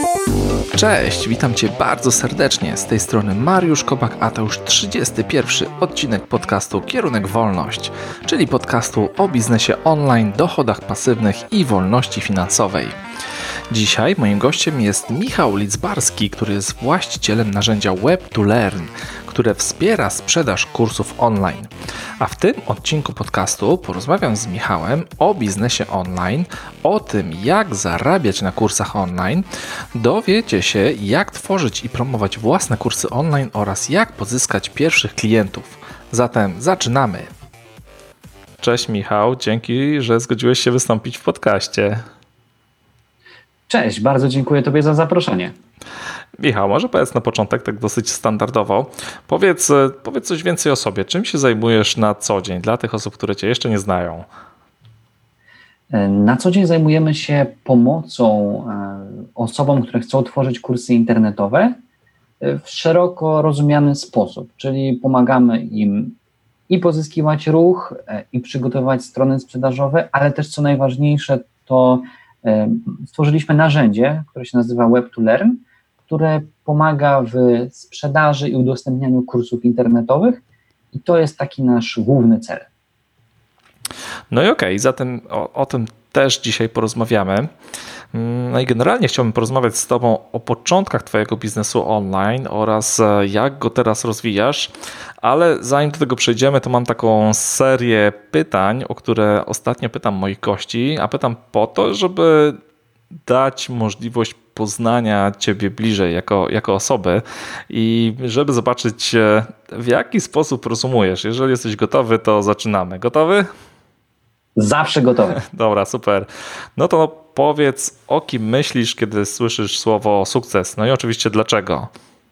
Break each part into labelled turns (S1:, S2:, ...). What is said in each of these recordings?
S1: Cześć, witam Cię bardzo serdecznie. Z tej strony Mariusz Kobak, a to już 31 odcinek podcastu Kierunek Wolność, czyli podcastu o biznesie online, dochodach pasywnych i wolności finansowej. Dzisiaj moim gościem jest Michał Lidzbarski, który jest właścicielem narzędzia Web2Learn, które wspiera sprzedaż kursów online. A w tym odcinku podcastu porozmawiam z Michałem o biznesie online, o tym jak zarabiać na kursach online, dowiecie się jak tworzyć i promować własne kursy online oraz jak pozyskać pierwszych klientów. Zatem zaczynamy! Cześć Michał, dzięki, że zgodziłeś się wystąpić w podcaście.
S2: Cześć, bardzo dziękuję Tobie za zaproszenie.
S1: Michał, może powiedz na początek, tak dosyć standardowo, powiedz coś więcej o sobie. Czym się zajmujesz na co dzień dla tych osób, które Cię jeszcze nie znają?
S2: Na co dzień zajmujemy się pomocą osobom, które chcą tworzyć kursy internetowe w szeroko rozumiany sposób, czyli pomagamy im i pozyskiwać ruch, i przygotowywać strony sprzedażowe, ale też co najważniejsze, to stworzyliśmy narzędzie, które się nazywa Web2Learn, które pomaga w sprzedaży i udostępnianiu kursów internetowych i to jest taki nasz główny cel.
S1: No i okej, zatem o tym też dzisiaj porozmawiamy. No i generalnie chciałbym porozmawiać z Tobą o początkach Twojego biznesu online oraz jak go teraz rozwijasz, ale zanim do tego przejdziemy, to mam taką serię pytań, o które ostatnio pytam moich gości, a pytam po to, żeby dać możliwość poznania Ciebie bliżej jako osoby i żeby zobaczyć, w jaki sposób rozumujesz. Jeżeli jesteś gotowy, to zaczynamy. Gotowy?
S2: Zawsze gotowy.
S1: Dobra, super. No to powiedz, o kim myślisz, kiedy słyszysz słowo sukces? No i oczywiście dlaczego?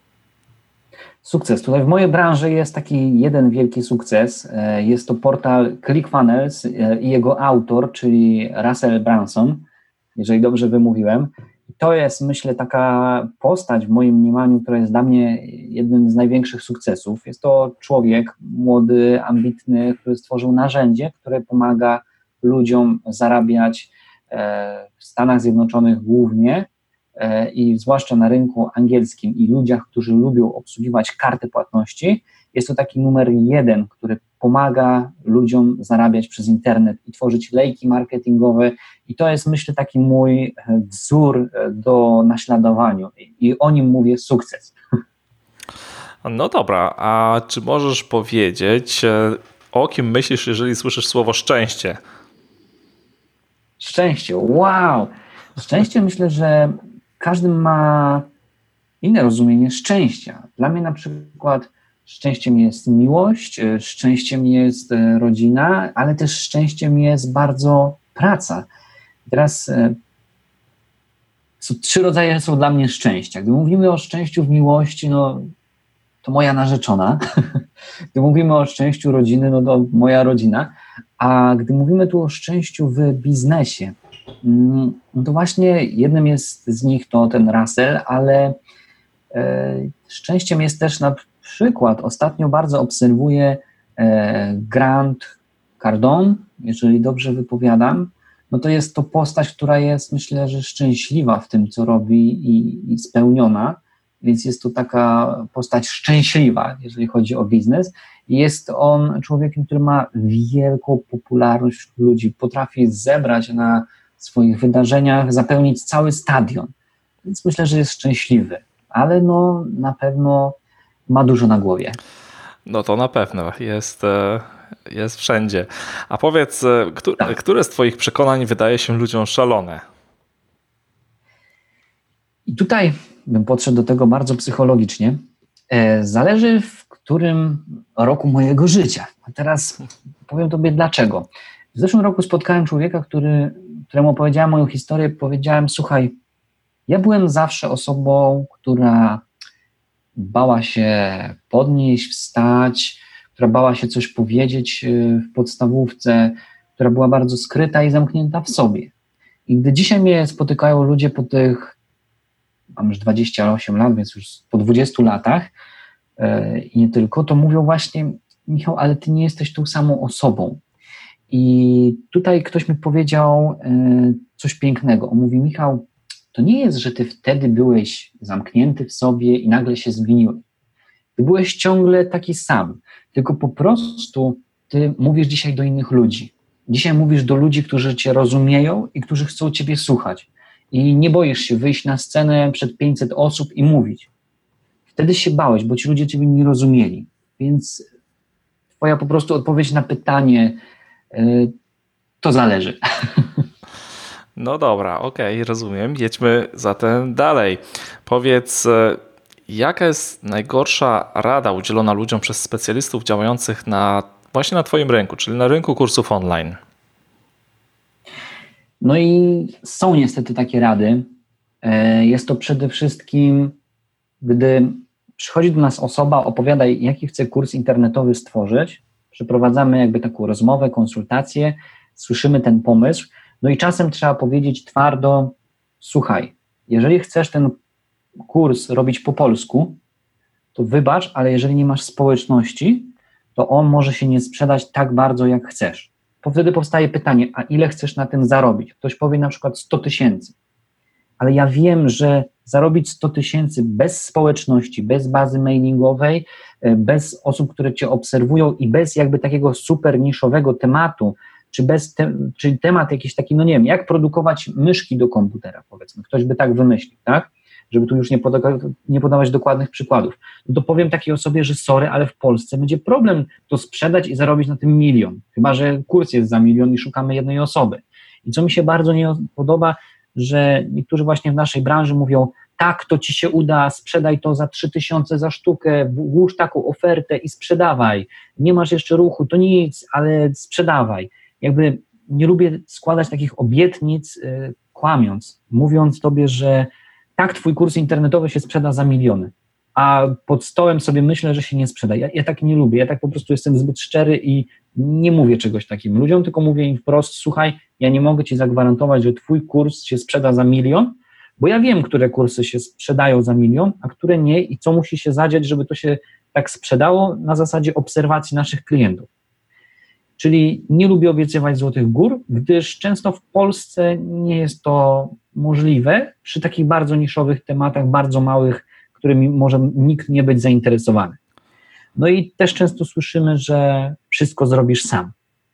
S2: Sukces. Tutaj w mojej branży jest taki jeden wielki sukces. Jest to portal ClickFunnels i jego autor, czyli Russell Brunson, jeżeli dobrze wymówiłem. To jest, myślę, taka postać w moim mniemaniu, która jest dla mnie jednym z największych sukcesów. Jest to człowiek młody, ambitny, który stworzył narzędzie, które pomaga ludziom zarabiać w Stanach Zjednoczonych głównie i zwłaszcza na rynku angielskim i ludziach, którzy lubią obsługiwać karty płatności. Jest to taki numer jeden, który pomaga ludziom zarabiać przez internet i tworzyć lejki marketingowe i to jest, myślę, taki mój wzór do naśladowania i o nim mówię sukces.
S1: No dobra, a czy możesz powiedzieć, o kim myślisz, jeżeli słyszysz słowo szczęście?
S2: Szczęście, wow! Szczęście, myślę, że każdy ma inne rozumienie szczęścia. Dla mnie na przykład szczęściem jest miłość, szczęściem jest rodzina, ale też szczęściem jest bardzo praca. Teraz trzy rodzaje są dla mnie szczęścia. Gdy mówimy o szczęściu w miłości, no to moja narzeczona. Gdy mówimy o szczęściu rodziny, no to moja rodzina. A gdy mówimy tu o szczęściu w biznesie, no to właśnie jednym jest z nich to ten Russell, ale szczęściem jest też na przykład, ostatnio bardzo obserwuję Grant Cardone, jeżeli dobrze wypowiadam, no to jest to postać, która jest, myślę, że szczęśliwa w tym, co robi i spełniona, więc jest to taka postać szczęśliwa, jeżeli chodzi o biznes. Jest on człowiekiem, który ma wielką popularność wśród ludzi, potrafi zebrać na swoich wydarzeniach, zapełnić cały stadion, więc myślę, że jest szczęśliwy, ale no na pewno ma dużo na głowie.
S1: No to na pewno jest wszędzie. A powiedz, które z Twoich przekonań wydaje się ludziom szalone?
S2: I tutaj bym podszedł do tego bardzo psychologicznie. Zależy w którym roku mojego życia. A teraz powiem Tobie dlaczego. W zeszłym roku spotkałem człowieka, któremu opowiedziałem moją historię. Powiedziałem, słuchaj, ja byłem zawsze osobą, która bała się podnieść, wstać, która bała się coś powiedzieć w podstawówce, która była bardzo skryta i zamknięta w sobie. I gdy dzisiaj mnie spotykają ludzie po tych, mam już 28 lat, więc już po 20 latach i nie tylko, to mówią właśnie, Michał, ale ty nie jesteś tą samą osobą. I tutaj ktoś mi powiedział coś pięknego. On mówi, Michał, to nie jest, że ty wtedy byłeś zamknięty w sobie i nagle się zmieniłeś. Ty byłeś ciągle taki sam, tylko po prostu ty mówisz dzisiaj do innych ludzi. Dzisiaj mówisz do ludzi, którzy cię rozumieją i którzy chcą ciebie słuchać. I nie boisz się wyjść na scenę przed 500 osób i mówić. Wtedy się bałeś, bo ci ludzie ciebie nie rozumieli. Więc twoja po prostu odpowiedź na pytanie to zależy.
S1: No dobra, okej, rozumiem. Jedźmy zatem dalej. Powiedz, jaka jest najgorsza rada udzielona ludziom przez specjalistów działających właśnie na twoim rynku, czyli na rynku kursów online?
S2: No i są niestety takie rady. Jest to przede wszystkim, gdy przychodzi do nas osoba, opowiada, jaki chce kurs internetowy stworzyć, przeprowadzamy jakby taką rozmowę, konsultację, słyszymy ten pomysł, no i czasem trzeba powiedzieć twardo, słuchaj, jeżeli chcesz ten kurs robić po polsku, to wybacz, ale jeżeli nie masz społeczności, to on może się nie sprzedać tak bardzo, jak chcesz. Wtedy powstaje pytanie, a ile chcesz na tym zarobić? Ktoś powie na przykład 100 000, ale ja wiem, że zarobić 100 000 bez społeczności, bez bazy mailingowej, bez osób, które cię obserwują i bez jakby takiego super niszowego tematu, czy temat jakiś taki, no nie wiem, jak produkować myszki do komputera, powiedzmy, ktoś by tak wymyślił, tak? Żeby tu już nie podawać dokładnych przykładów, no to powiem takiej osobie, że sorry, ale w Polsce będzie problem to sprzedać i zarobić na tym 1 000 000, chyba że kurs jest za 1 000 000 i szukamy jednej osoby. I co mi się bardzo nie podoba, że niektórzy właśnie w naszej branży mówią, tak, to ci się uda, sprzedaj to za 3000 za sztukę, włóż taką ofertę i sprzedawaj, nie masz jeszcze ruchu, to nic, ale sprzedawaj. Jakby nie lubię składać takich obietnic, kłamiąc, mówiąc tobie, że tak, twój kurs internetowy się sprzeda za 1 000 000, a pod stołem sobie myślę, że się nie sprzeda. Ja tak nie lubię, ja tak po prostu jestem zbyt szczery i nie mówię czegoś takim ludziom, tylko mówię im wprost, słuchaj, ja nie mogę ci zagwarantować, że twój kurs się sprzeda za 1 000 000, bo ja wiem, które kursy się sprzedają za 1 000 000, a które nie i co musi się zadziać, żeby to się tak sprzedało na zasadzie obserwacji naszych klientów. Czyli nie lubię obiecywać złotych gór, gdyż często w Polsce nie jest to możliwe przy takich bardzo niszowych tematach, bardzo małych, którymi może nikt nie być zainteresowany. No i też często słyszymy, że wszystko zrobisz sam.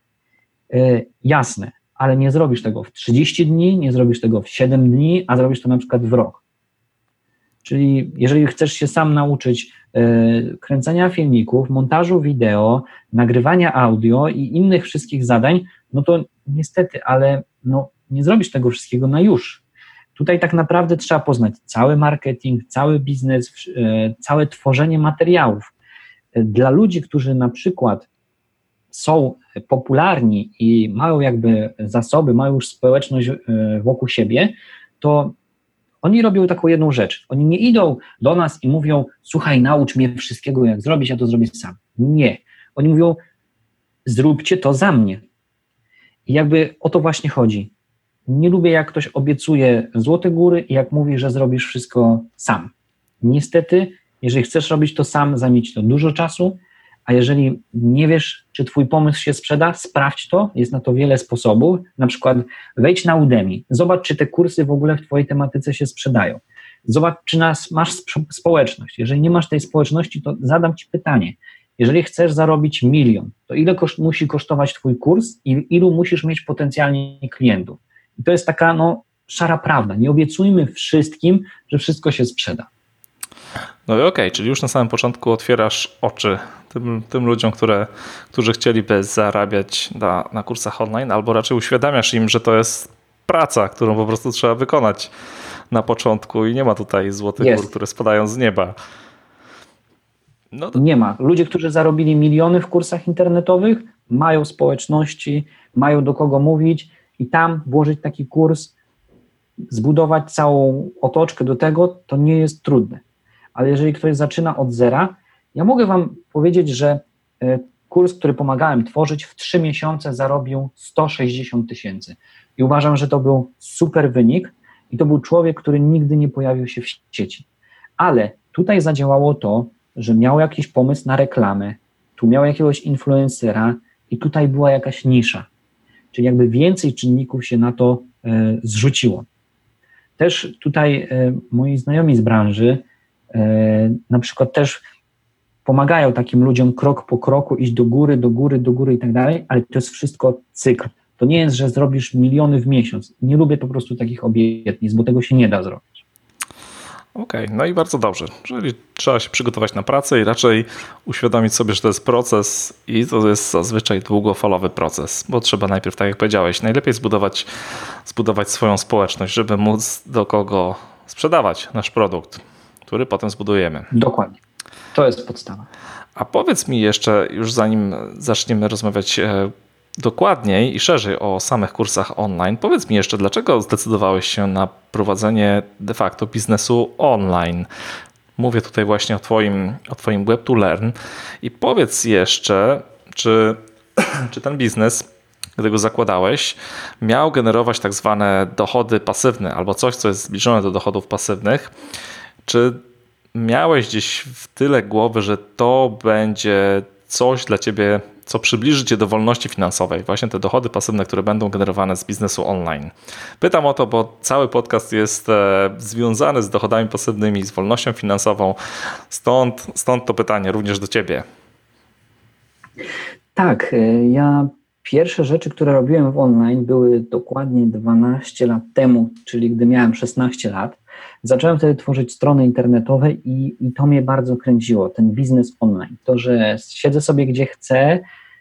S2: Jasne, ale nie zrobisz tego w 30 dni, nie zrobisz tego w 7 dni, a zrobisz to na przykład w rok. Czyli jeżeli chcesz się sam nauczyć kręcenia filmików, montażu wideo, nagrywania audio i innych wszystkich zadań, no to niestety, ale no, nie zrobisz tego wszystkiego na już. Tutaj tak naprawdę trzeba poznać cały marketing, cały biznes, całe tworzenie materiałów. Dla ludzi, którzy na przykład są popularni i mają jakby zasoby, mają już społeczność wokół siebie, to oni robią taką jedną rzecz. Oni nie idą do nas i mówią, słuchaj, naucz mnie wszystkiego, jak zrobić, ja to zrobię sam. Nie. Oni mówią, zróbcie to za mnie. I jakby o to właśnie chodzi. Nie lubię, jak ktoś obiecuje złote góry i jak mówi, że zrobisz wszystko sam. Niestety, jeżeli chcesz robić to sam, zajmie ci to dużo czasu, a jeżeli nie wiesz, czy twój pomysł się sprzeda, sprawdź to, jest na to wiele sposobów, na przykład wejdź na Udemy, zobacz, czy te kursy w ogóle w twojej tematyce się sprzedają, zobacz, czy masz społeczność, jeżeli nie masz tej społeczności, to zadam ci pytanie, jeżeli chcesz zarobić 1 000 000, to ile musi kosztować twój kurs i ilu musisz mieć potencjalnie klientów? I to jest taka szara prawda, nie obiecujmy wszystkim, że wszystko się sprzeda.
S1: No i okej, czyli już na samym początku otwierasz oczy tym ludziom, którzy chcieliby zarabiać na kursach online, albo raczej uświadamiasz im, że to jest praca, którą po prostu trzeba wykonać na początku i nie ma tutaj złotych gór, które spadają z nieba. No to... Nie ma.
S2: Ludzie, którzy zarobili miliony w kursach internetowych, mają społeczności, mają do kogo mówić i tam włożyć taki kurs, zbudować całą otoczkę do tego, to nie jest trudne. Ale jeżeli ktoś zaczyna od zera, ja mogę wam powiedzieć, że kurs, który pomagałem tworzyć, w 3 miesiące zarobił 160 000. I uważam, że to był super wynik i to był człowiek, który nigdy nie pojawił się w sieci. Ale tutaj zadziałało to, że miał jakiś pomysł na reklamę, tu miał jakiegoś influencera i tutaj była jakaś nisza. Czyli jakby więcej czynników się na to zrzuciło. też tutaj moi znajomi z branży na przykład też pomagają takim ludziom krok po kroku iść do góry i tak dalej, ale to jest wszystko cykl. To nie jest, że zrobisz miliony w miesiąc. Nie lubię po prostu takich obietnic, bo tego się nie da zrobić.
S1: Okej, no i bardzo dobrze. Czyli trzeba się przygotować na pracę i raczej uświadomić sobie, że to jest proces i to jest zazwyczaj długofalowy proces, bo trzeba najpierw, tak jak powiedziałeś, najlepiej zbudować swoją społeczność, żeby móc do kogo sprzedawać nasz produkt, który potem zbudujemy.
S2: Dokładnie. To jest podstawa.
S1: A powiedz mi jeszcze, już zanim zaczniemy rozmawiać dokładniej i szerzej o samych kursach online, powiedz mi jeszcze, dlaczego zdecydowałeś się na prowadzenie de facto biznesu online? Mówię tutaj właśnie o twoim Web to Learn i powiedz jeszcze, czy ten biznes, gdy go zakładałeś, miał generować tak zwane dochody pasywne albo coś, co jest zbliżone do dochodów pasywnych, czy miałeś gdzieś w tyle głowy, że to będzie coś dla ciebie, co przybliży cię do wolności finansowej, właśnie te dochody pasywne, które będą generowane z biznesu online. Pytam o to, bo cały podcast jest związany z dochodami pasywnymi, z wolnością finansową, stąd to pytanie również do ciebie.
S2: Tak, ja pierwsze rzeczy, które robiłem w online były dokładnie 12 lat temu, czyli gdy miałem 16 lat. Zacząłem wtedy tworzyć strony internetowe i to mnie bardzo kręciło, ten biznes online. To, że siedzę sobie gdzie chcę,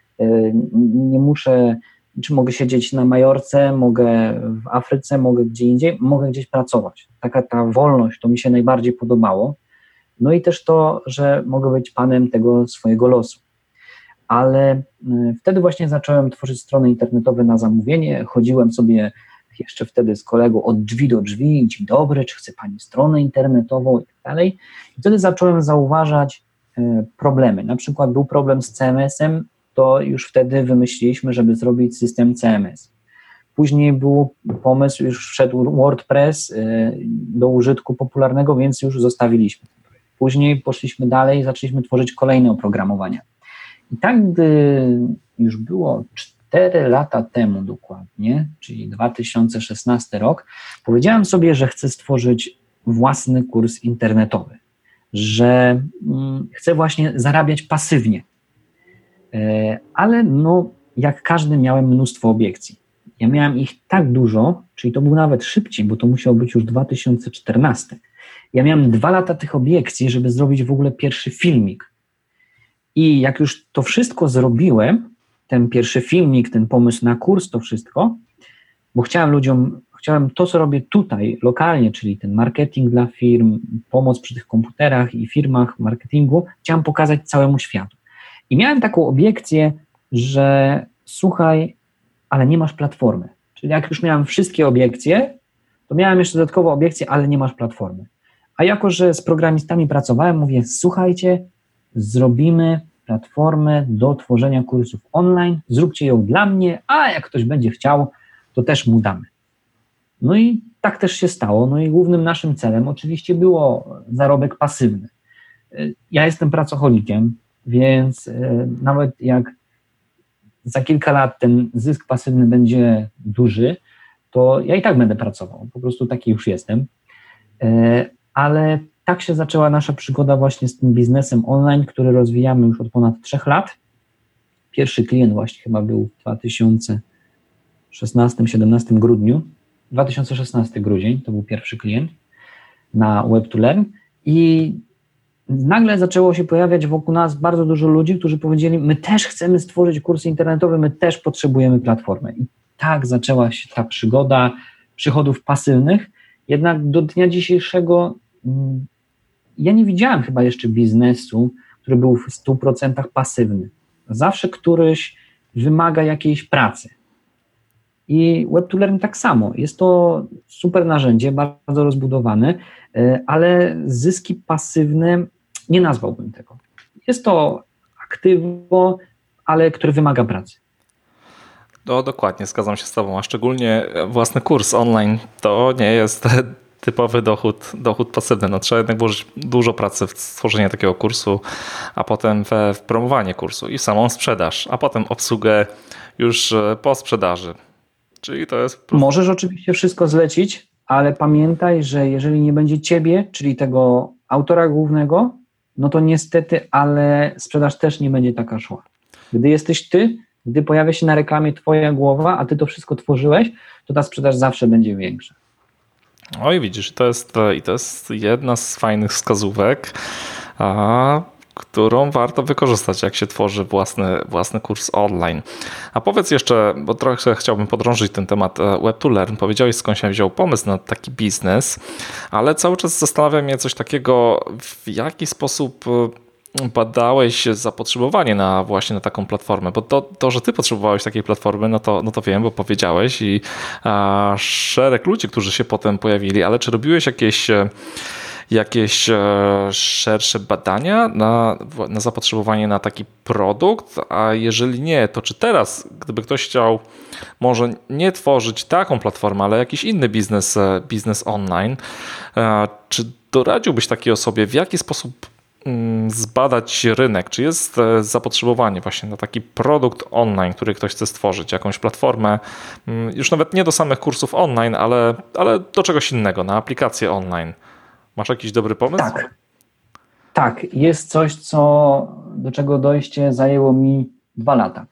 S2: nie muszę, czy mogę siedzieć na Majorce, mogę w Afryce, mogę gdzie indziej, mogę gdzieś pracować. Taka ta wolność, to mi się najbardziej podobało. No i też to, że mogę być panem tego swojego losu. Ale wtedy właśnie zacząłem tworzyć strony internetowe na zamówienie, chodziłem sobie jeszcze wtedy z kolegą od drzwi do drzwi, dzień dobry, czy chce pani stronę internetową i tak dalej. I wtedy zacząłem zauważać problemy. Na przykład był problem z CMS-em, to już wtedy wymyśliliśmy, żeby zrobić system CMS. Później był pomysł, już wszedł WordPress do użytku popularnego, więc już zostawiliśmy. Później poszliśmy dalej i zaczęliśmy tworzyć kolejne oprogramowania. I tak, gdy już było 4 lata temu dokładnie, czyli 2016 rok, powiedziałem sobie, że chcę stworzyć własny kurs internetowy, że chcę właśnie zarabiać pasywnie. Ale no, jak każdy miałem mnóstwo obiekcji. Ja miałem ich tak dużo, czyli to był nawet szybciej, bo to musiał być już 2014. Ja miałem 2 lata tych obiekcji, żeby zrobić w ogóle pierwszy filmik. I jak już to wszystko zrobiłem, ten pierwszy filmik, ten pomysł na kurs, to wszystko, bo chciałem to, co robię tutaj, lokalnie, czyli ten marketing dla firm, pomoc przy tych komputerach i firmach marketingu, chciałem pokazać całemu światu. I miałem taką obiekcję, że słuchaj, ale nie masz platformy. Czyli jak już miałem wszystkie obiekcje, to miałem jeszcze dodatkowo obiekcję, ale nie masz platformy. A jako, że z programistami pracowałem, mówię, słuchajcie, zrobimy platformę do tworzenia kursów online, zróbcie ją dla mnie, a jak ktoś będzie chciał, to też mu damy. No i tak też się stało. No i głównym naszym celem oczywiście było zarobek pasywny. Ja jestem pracocholikiem, więc nawet jak za kilka lat ten zysk pasywny będzie duży, to ja i tak będę pracował. Po prostu taki już jestem. Ale tak się zaczęła nasza przygoda właśnie z tym biznesem online, który rozwijamy już od ponad 3 lat. Pierwszy klient właśnie chyba był w 2016-17 grudniu. 2016 grudzień to był pierwszy klient na Web to Learn i nagle zaczęło się pojawiać wokół nas bardzo dużo ludzi, którzy powiedzieli, my też chcemy stworzyć kursy internetowe, my też potrzebujemy platformy. I tak zaczęła się ta przygoda przychodów pasywnych, jednak do dnia dzisiejszego ja nie widziałem chyba jeszcze biznesu, który był w 100% pasywny. Zawsze któryś wymaga jakiejś pracy. I Web to Learn tak samo. Jest to super narzędzie, bardzo rozbudowane, ale zyski pasywne nie nazwałbym tego. Jest to aktywo, ale które wymaga pracy.
S1: No dokładnie, zgadzam się z tobą, a szczególnie własny kurs online to nie jest typowy dochód pasywny. No, trzeba jednak włożyć dużo pracy w stworzenie takiego kursu, a potem w promowanie kursu i w samą sprzedaż, a potem obsługę już po sprzedaży. Czyli to jest...
S2: Możesz oczywiście wszystko zlecić, ale pamiętaj, że jeżeli nie będzie ciebie, czyli tego autora głównego, no to niestety, ale sprzedaż też nie będzie taka szła. Gdy jesteś ty, gdy pojawia się na reklamie twoja głowa, a ty to wszystko tworzyłeś, to ta sprzedaż zawsze będzie większa.
S1: Oj, widzisz, to jest jedna z fajnych wskazówek, którą warto wykorzystać, jak się tworzy własny kurs online. A powiedz jeszcze, bo trochę chciałbym podrążyć ten temat Web2Learn. Powiedziałeś, skąd się wziął pomysł na taki biznes, ale cały czas zastanawia mnie coś takiego, w jaki sposób badałeś zapotrzebowanie właśnie na taką platformę, bo to, że ty potrzebowałeś takiej platformy, no to wiem, bo powiedziałeś i szereg ludzi, którzy się potem pojawili, ale czy robiłeś jakieś szersze badania na zapotrzebowanie na taki produkt, a jeżeli nie, to czy teraz, gdyby ktoś chciał może nie tworzyć taką platformę, ale jakiś inny biznes online, czy doradziłbyś takiej osobie, w jaki sposób zbadać rynek, czy jest zapotrzebowanie właśnie na taki produkt online, który ktoś chce stworzyć, jakąś platformę, już nawet nie do samych kursów online, ale do czegoś innego, na aplikację online. Masz jakiś dobry pomysł?
S2: Tak, jest coś, do czego dojście zajęło mi 2 lata.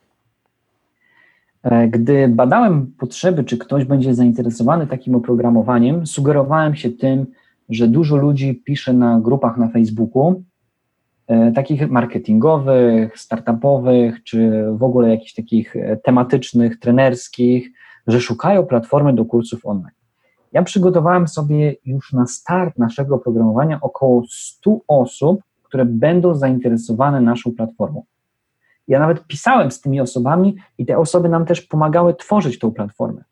S2: Gdy badałem potrzeby, czy ktoś będzie zainteresowany takim oprogramowaniem, sugerowałem się tym, że dużo ludzi pisze na grupach na Facebooku, takich marketingowych, startupowych, czy w ogóle jakichś takich tematycznych, trenerskich, że szukają platformy do kursów online. Ja przygotowałem sobie już na start naszego oprogramowania około 100 osób, które będą zainteresowane naszą platformą. Ja nawet pisałem z tymi osobami i te osoby nam też pomagały tworzyć tą platformę.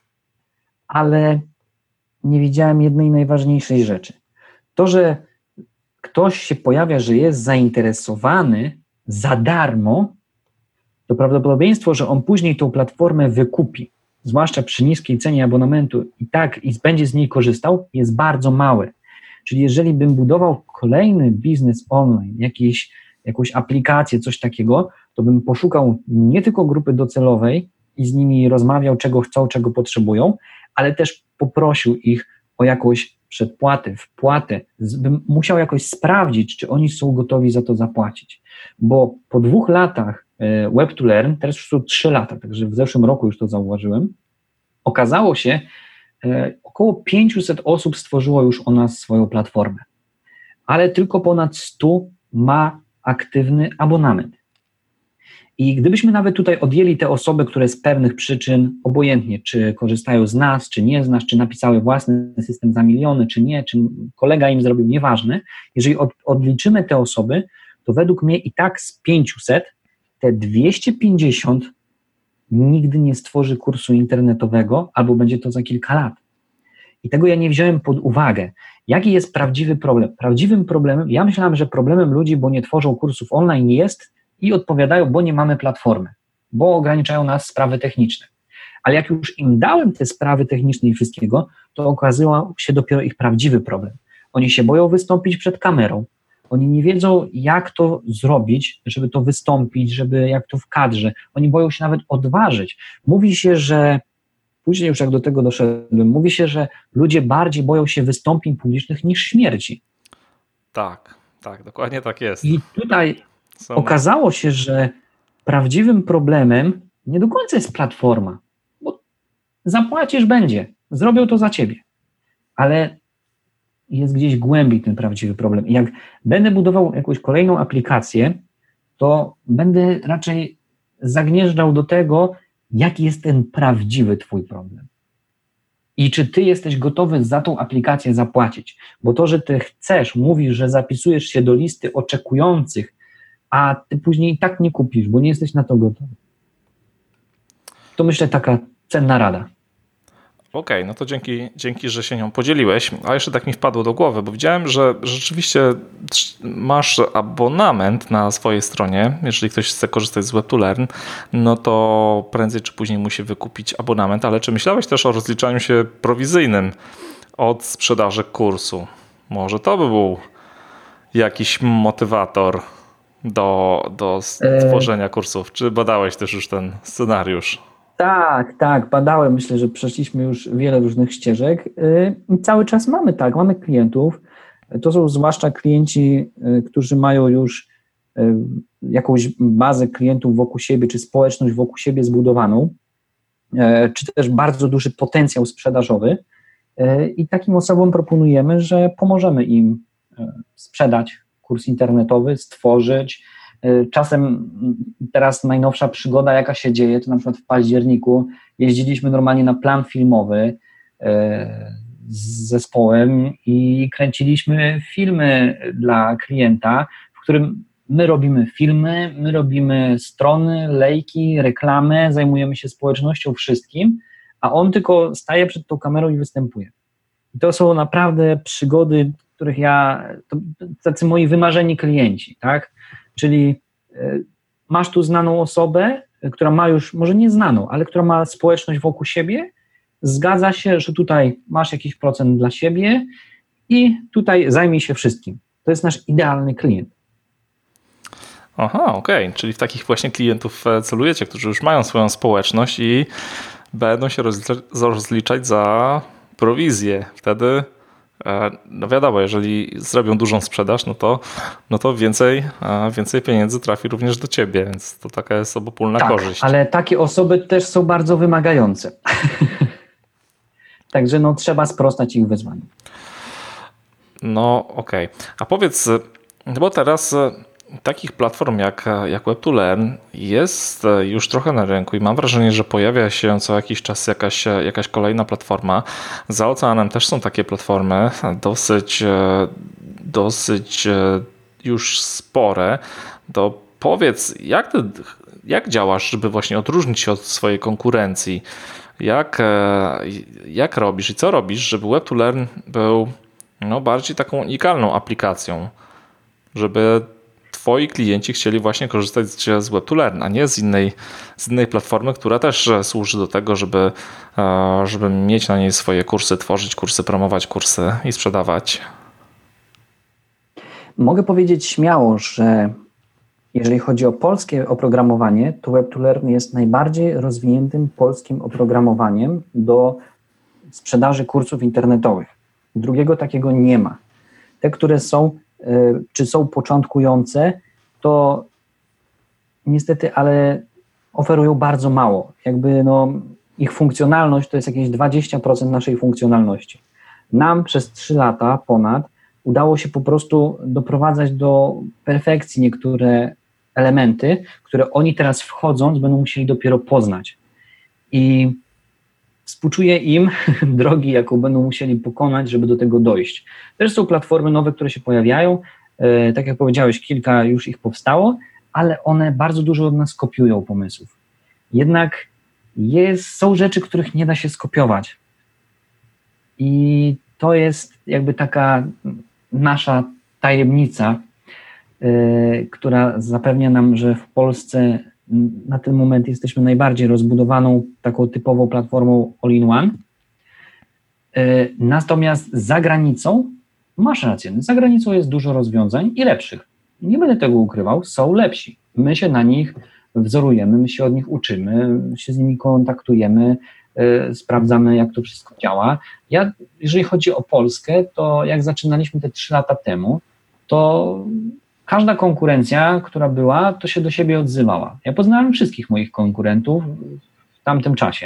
S2: Ale nie widziałem jednej najważniejszej rzeczy. To, że ktoś się pojawia, że jest zainteresowany za darmo, to prawdopodobieństwo, że on później tą platformę wykupi, zwłaszcza przy niskiej cenie abonamentu i będzie z niej korzystał, jest bardzo małe. Czyli jeżeli bym budował kolejny biznes online, jakąś aplikację, coś takiego, to bym poszukał nie tylko grupy docelowej i z nimi rozmawiał, czego chcą, czego potrzebują, ale też poprosił ich o jakąś przedpłatę, wpłatę, bym musiał jakoś sprawdzić, czy oni są gotowi za to zapłacić. Bo po 2 latach Web2Learn, teraz już są 3 lata, także w zeszłym roku już to zauważyłem, okazało się, około 500 osób stworzyło już o nas swoją platformę, ale tylko ponad 100 ma aktywny abonament. I gdybyśmy nawet tutaj odjęli te osoby, które z pewnych przyczyn, obojętnie, czy korzystają z nas, czy nie z nas, czy napisały własny system za miliony, czy nie, czy kolega im zrobił, nieważne, jeżeli odliczymy te osoby, to według mnie i tak z 500 te 250 nigdy nie stworzy kursu internetowego, albo będzie to za kilka lat. I tego ja nie wziąłem pod uwagę. Jaki jest prawdziwy problem? Prawdziwym problemem, ja myślałem, że problemem ludzi, bo nie tworzą kursów online jest i odpowiadają, bo nie mamy platformy, bo ograniczają nas sprawy techniczne. Ale jak już im dałem te sprawy techniczne i wszystkiego, to okazał się dopiero ich prawdziwy problem. Oni się boją wystąpić przed kamerą. Oni nie wiedzą, jak to zrobić, żeby to wystąpić, jak to w kadrze. Oni boją się nawet odważyć. Mówi się, że później już jak do tego doszedłem, mówi się, że ludzie bardziej boją się wystąpień publicznych niż śmierci.
S1: Tak, dokładnie tak jest.
S2: I tutaj okazało się, że prawdziwym problemem nie do końca jest platforma, bo zapłacisz będzie, zrobią to za ciebie, ale jest gdzieś głębiej ten prawdziwy problem. I jak będę budował jakąś kolejną aplikację, to będę raczej zagnieżdżał do tego, jaki jest ten prawdziwy twój problem. I czy ty jesteś gotowy za tą aplikację zapłacić? Bo to, że ty chcesz, mówisz, że zapisujesz się do listy oczekujących, a ty później i tak nie kupisz, bo nie jesteś na to gotowy. To myślę taka cenna rada.
S1: Okej, no to dzięki, że się nią podzieliłeś. A jeszcze tak mi wpadło do głowy, bo widziałem, że rzeczywiście masz abonament na swojej stronie. Jeżeli ktoś chce korzystać z Web2Learn, no to prędzej czy później musi wykupić abonament. Ale czy myślałeś też o rozliczaniu się prowizyjnym od sprzedaży kursu? Może to by był jakiś motywator do stworzenia kursów. Czy badałeś też już ten scenariusz?
S2: Tak, badałem. Myślę, że przeszliśmy już wiele różnych ścieżek. I cały czas mamy klientów. To są zwłaszcza klienci, którzy mają już jakąś bazę klientów wokół siebie, czy społeczność wokół siebie zbudowaną, czy też bardzo duży potencjał sprzedażowy. I takim osobom proponujemy, że pomożemy im sprzedać kurs internetowy, stworzyć. Czasem teraz najnowsza przygoda, jaka się dzieje, to na przykład w październiku jeździliśmy normalnie na plan filmowy z zespołem i kręciliśmy filmy dla klienta, w którym my robimy filmy, my robimy strony, lejki, reklamy, zajmujemy się społecznością, wszystkim, a on tylko staje przed tą kamerą i występuje. I to są naprawdę przygody, których tacy moi wymarzeni klienci, tak? Czyli masz tu znaną osobę, która ma już, może nie znaną, ale która ma społeczność wokół siebie, zgadza się, że tutaj masz jakiś procent dla siebie i tutaj zajmij się wszystkim. To jest nasz idealny klient.
S1: Aha, okej. Czyli w takich właśnie klientów celujecie, którzy już mają swoją społeczność i będą się rozliczać za prowizję. Wtedy, no wiadomo, jeżeli zrobią dużą sprzedaż, no to więcej pieniędzy trafi również do ciebie, więc to taka jest obopólna korzyść.
S2: Ale takie osoby też są bardzo wymagające. Także trzeba sprostać ich wyzwaniom.
S1: No okej. A powiedz, bo teraz takich platform jak Web2Learn jest już trochę na rynku i mam wrażenie, że pojawia się co jakiś czas jakaś kolejna platforma. Za oceanem też są takie platformy, dosyć już spore. To powiedz, jak działasz, żeby właśnie odróżnić się od swojej konkurencji? Jak robisz i co robisz, żeby Web2Learn był bardziej taką unikalną aplikacją, żeby twoi klienci chcieli właśnie korzystać z Web2Learn, a nie z innej platformy, która też służy do tego, żeby mieć na niej swoje kursy, tworzyć kursy, promować kursy i sprzedawać.
S2: Mogę powiedzieć śmiało, że jeżeli chodzi o polskie oprogramowanie, to Web2Learn jest najbardziej rozwiniętym polskim oprogramowaniem do sprzedaży kursów internetowych. Drugiego takiego nie ma. Te, które są początkujące, to niestety, ale oferują bardzo mało. Ich funkcjonalność to jest jakieś 20% naszej funkcjonalności. Nam przez 3 lata ponad udało się po prostu doprowadzać do perfekcji niektóre elementy, które oni teraz wchodząc będą musieli dopiero poznać. I współczuję im drogi, jaką będą musieli pokonać, żeby do tego dojść. Też są platformy nowe, które się pojawiają. Tak jak powiedziałeś, kilka już ich powstało, ale one bardzo dużo od nas kopiują pomysłów. Jednak są rzeczy, których nie da się skopiować. I to jest jakby taka nasza tajemnica, która zapewnia nam, że w Polsce na ten moment jesteśmy najbardziej rozbudowaną, taką typową platformą all-in-one. Natomiast za granicą, masz rację, za granicą jest dużo rozwiązań i lepszych. Nie będę tego ukrywał, są lepsi. My się na nich wzorujemy, my się od nich uczymy, się z nimi kontaktujemy, sprawdzamy, jak to wszystko działa. Jeżeli chodzi o Polskę, to jak zaczynaliśmy te 3 lata temu, to każda konkurencja, która była, to się do siebie odzywała. Ja poznałem wszystkich moich konkurentów w tamtym czasie.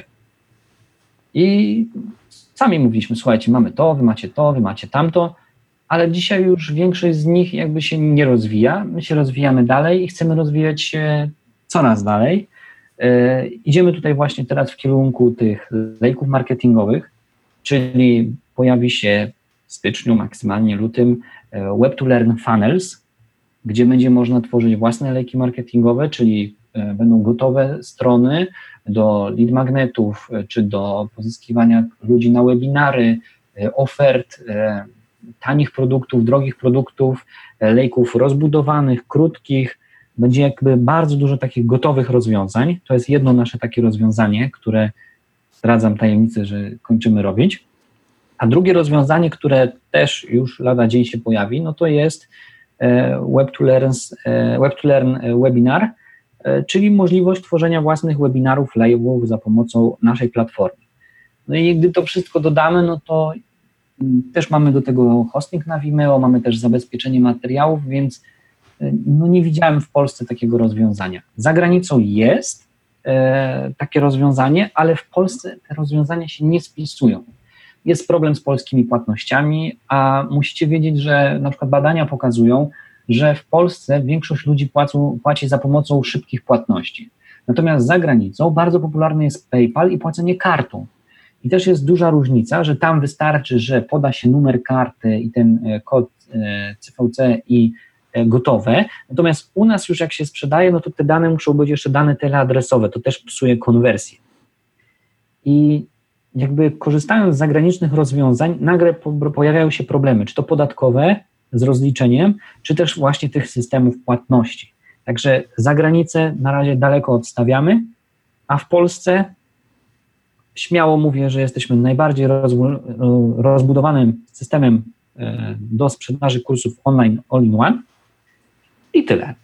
S2: I sami mówiliśmy, słuchajcie, mamy to, wy macie tamto, ale dzisiaj już większość z nich jakby się nie rozwija. My się rozwijamy dalej i chcemy rozwijać się coraz dalej. Idziemy tutaj właśnie teraz w kierunku tych lejków marketingowych, czyli pojawi się w styczniu, maksymalnie lutym Web2Learn Funnels, gdzie będzie można tworzyć własne lejki marketingowe, czyli będą gotowe strony do lead magnetów, czy do pozyskiwania ludzi na webinary, ofert, tanich produktów, drogich produktów, lejków rozbudowanych, krótkich. Będzie jakby bardzo dużo takich gotowych rozwiązań. To jest jedno nasze takie rozwiązanie, które zdradzam tajemnicę, że kończymy robić. A drugie rozwiązanie, które też już lada dzień się pojawi, no to jest Web2Learn Webinar, czyli możliwość tworzenia własnych webinarów, live'ów za pomocą naszej platformy. No i gdy to wszystko dodamy, no to też mamy do tego hosting na Vimeo, mamy też zabezpieczenie materiałów, więc no nie widziałem w Polsce takiego rozwiązania. Za granicą jest takie rozwiązanie, ale w Polsce te rozwiązania się nie spisują. Jest problem z polskimi płatnościami, a musicie wiedzieć, że na przykład badania pokazują, że w Polsce większość ludzi płaci za pomocą szybkich płatności. Natomiast za granicą bardzo popularny jest PayPal i płacenie kartą. I też jest duża różnica, że tam wystarczy, że poda się numer karty i ten kod CVC i gotowe. Natomiast u nas już jak się sprzedaje, no to te dane muszą być jeszcze dane teleadresowe. To też psuje konwersję. I jakby korzystając z zagranicznych rozwiązań, nagle pojawiają się problemy, czy to podatkowe z rozliczeniem, czy też właśnie tych systemów płatności. Także za granicę na razie daleko odstawiamy, a w Polsce śmiało mówię, że jesteśmy najbardziej rozbudowanym systemem do sprzedaży kursów online all-in-one i tyle.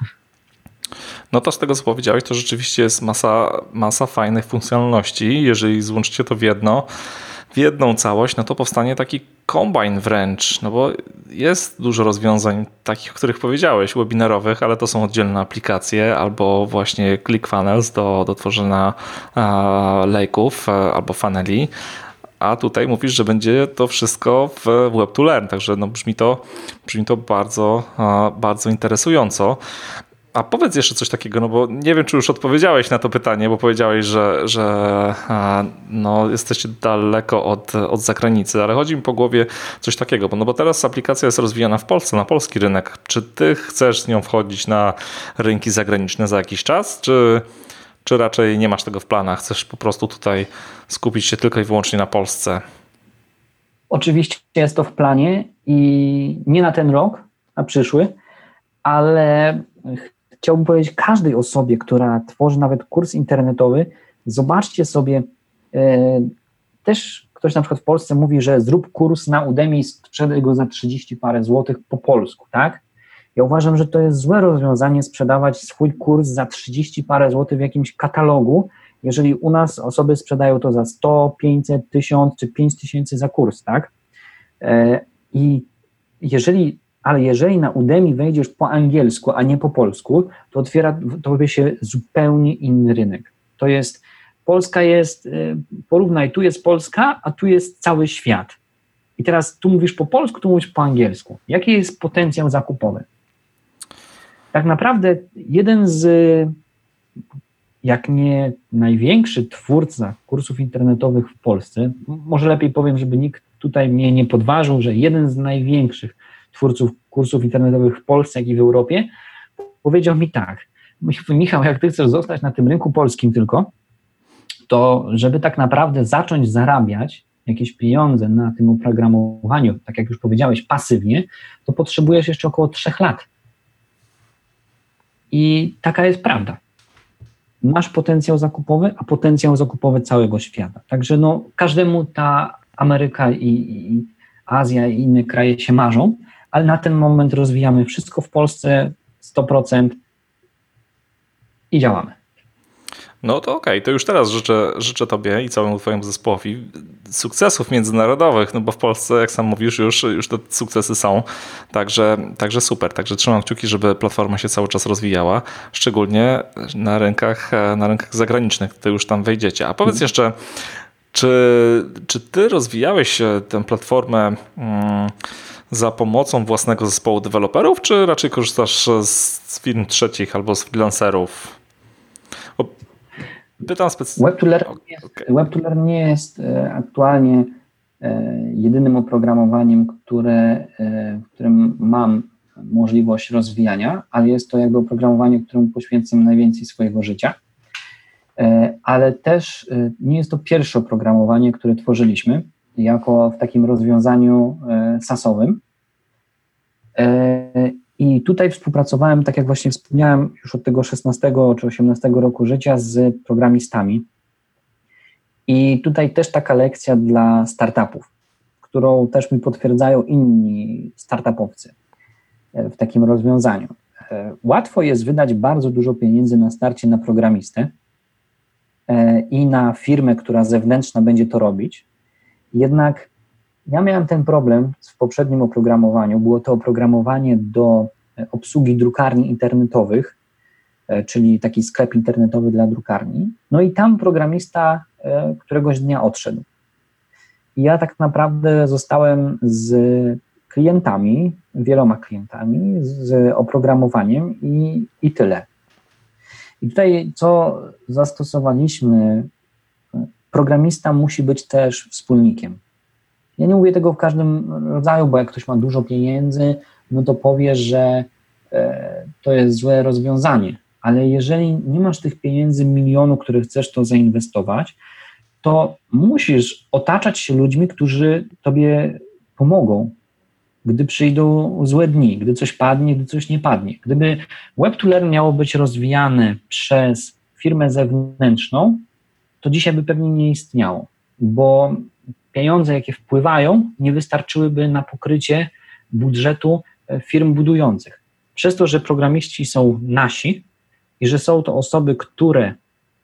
S1: No to z tego, co powiedziałeś, to rzeczywiście jest masa fajnych funkcjonalności. Jeżeli złączycie to w jedną całość, no to powstanie taki kombajn wręcz, no bo jest dużo rozwiązań takich, o których powiedziałeś, webinarowych, ale to są oddzielne aplikacje albo właśnie ClickFunnels do tworzenia lejków albo funneli, a tutaj mówisz, że będzie to wszystko w Web2Learn, także no brzmi to bardzo interesująco. A powiedz jeszcze coś takiego, no bo nie wiem, czy już odpowiedziałeś na to pytanie, bo powiedziałeś, że no, jesteście daleko od zagranicy, ale chodzi mi po głowie coś takiego, bo teraz aplikacja jest rozwijana w Polsce, na polski rynek. Czy ty chcesz z nią wchodzić na rynki zagraniczne za jakiś czas, czy raczej nie masz tego w planach? Chcesz po prostu tutaj skupić się tylko i wyłącznie na Polsce?
S2: Oczywiście jest to w planie i nie na ten rok, na przyszły, ale chciałbym powiedzieć każdej osobie, która tworzy nawet kurs internetowy, zobaczcie sobie, też ktoś na przykład w Polsce mówi, że zrób kurs na Udemy i sprzedaj go za 30 parę złotych po polsku, tak? Ja uważam, że to jest złe rozwiązanie sprzedawać swój kurs za 30 parę złotych w jakimś katalogu, jeżeli u nas osoby sprzedają to za 100, 500, 1000 czy 5000 za kurs, tak? I jeżeli na Udemy wejdziesz po angielsku, a nie po polsku, to tobie się zupełnie inny rynek. To jest, Polska jest, porównaj, tu jest Polska, a tu jest cały świat. I teraz tu mówisz po polsku, tu mówisz po angielsku. Jaki jest potencjał zakupowy? Tak naprawdę jeden z, jak nie największy twórca kursów internetowych w Polsce, może lepiej powiem, żeby nikt tutaj mnie nie podważył, że jeden z największych twórców kursów internetowych w Polsce, jak i w Europie, powiedział mi tak: Michał, jak ty chcesz zostać na tym rynku polskim tylko, to żeby tak naprawdę zacząć zarabiać jakieś pieniądze na tym oprogramowaniu, tak jak już powiedziałeś, pasywnie, to potrzebujesz jeszcze około 3 lat. I taka jest prawda. Masz potencjał zakupowy, a potencjał zakupowy całego świata. Także no, każdemu ta Ameryka i Azja i inne kraje się marzą, ale na ten moment rozwijamy wszystko w Polsce 100% i działamy.
S1: No to okej, to już teraz życzę tobie i całemu twojemu zespołowi sukcesów międzynarodowych, no bo w Polsce, jak sam mówisz, już te sukcesy są, także super, także trzymam kciuki, żeby platforma się cały czas rozwijała, szczególnie na rynkach zagranicznych, to już tam wejdziecie. A powiedz jeszcze, czy ty rozwijałeś tę platformę za pomocą własnego zespołu deweloperów, czy raczej korzystasz z firm trzecich albo z freelancerów? Pytam specjalnie.
S2: Web2Learn nie jest aktualnie jedynym oprogramowaniem, w którym mam możliwość rozwijania, ale jest to jakby oprogramowanie, któremu poświęcam najwięcej swojego życia. Ale też nie jest to pierwsze oprogramowanie, które tworzyliśmy jako w takim rozwiązaniu SaaS-owym. I tutaj współpracowałem, tak jak właśnie wspomniałem, już od tego 16 czy 18 roku życia z programistami. I tutaj też taka lekcja dla startupów, którą też mi potwierdzają inni startupowcy w takim rozwiązaniu. łatwo jest wydać bardzo dużo pieniędzy na starcie na programistę i na firmę, która zewnętrzna będzie to robić. Jednak ja miałem ten problem w poprzednim oprogramowaniu. Było to oprogramowanie do obsługi drukarni internetowych, czyli taki sklep internetowy dla drukarni. No i tam programista któregoś dnia odszedł. I ja tak naprawdę zostałem z klientami, wieloma klientami, z oprogramowaniem i tyle. I tutaj co zastosowaliśmy, programista musi być też wspólnikiem. Ja nie mówię tego w każdym rodzaju, bo jak ktoś ma dużo pieniędzy, no to powie, że to jest złe rozwiązanie, ale jeżeli nie masz tych pieniędzy milionu, które chcesz to zainwestować, to musisz otaczać się ludźmi, którzy tobie pomogą, gdy przyjdą złe dni, gdy coś padnie, gdy coś nie padnie. Gdyby Web2Learn miało być rozwijane przez firmę zewnętrzną, to dzisiaj by pewnie nie istniało, bo pieniądze, jakie wpływają, nie wystarczyłyby na pokrycie budżetu firm budujących. Przez to, że programiści są nasi i że są to osoby, które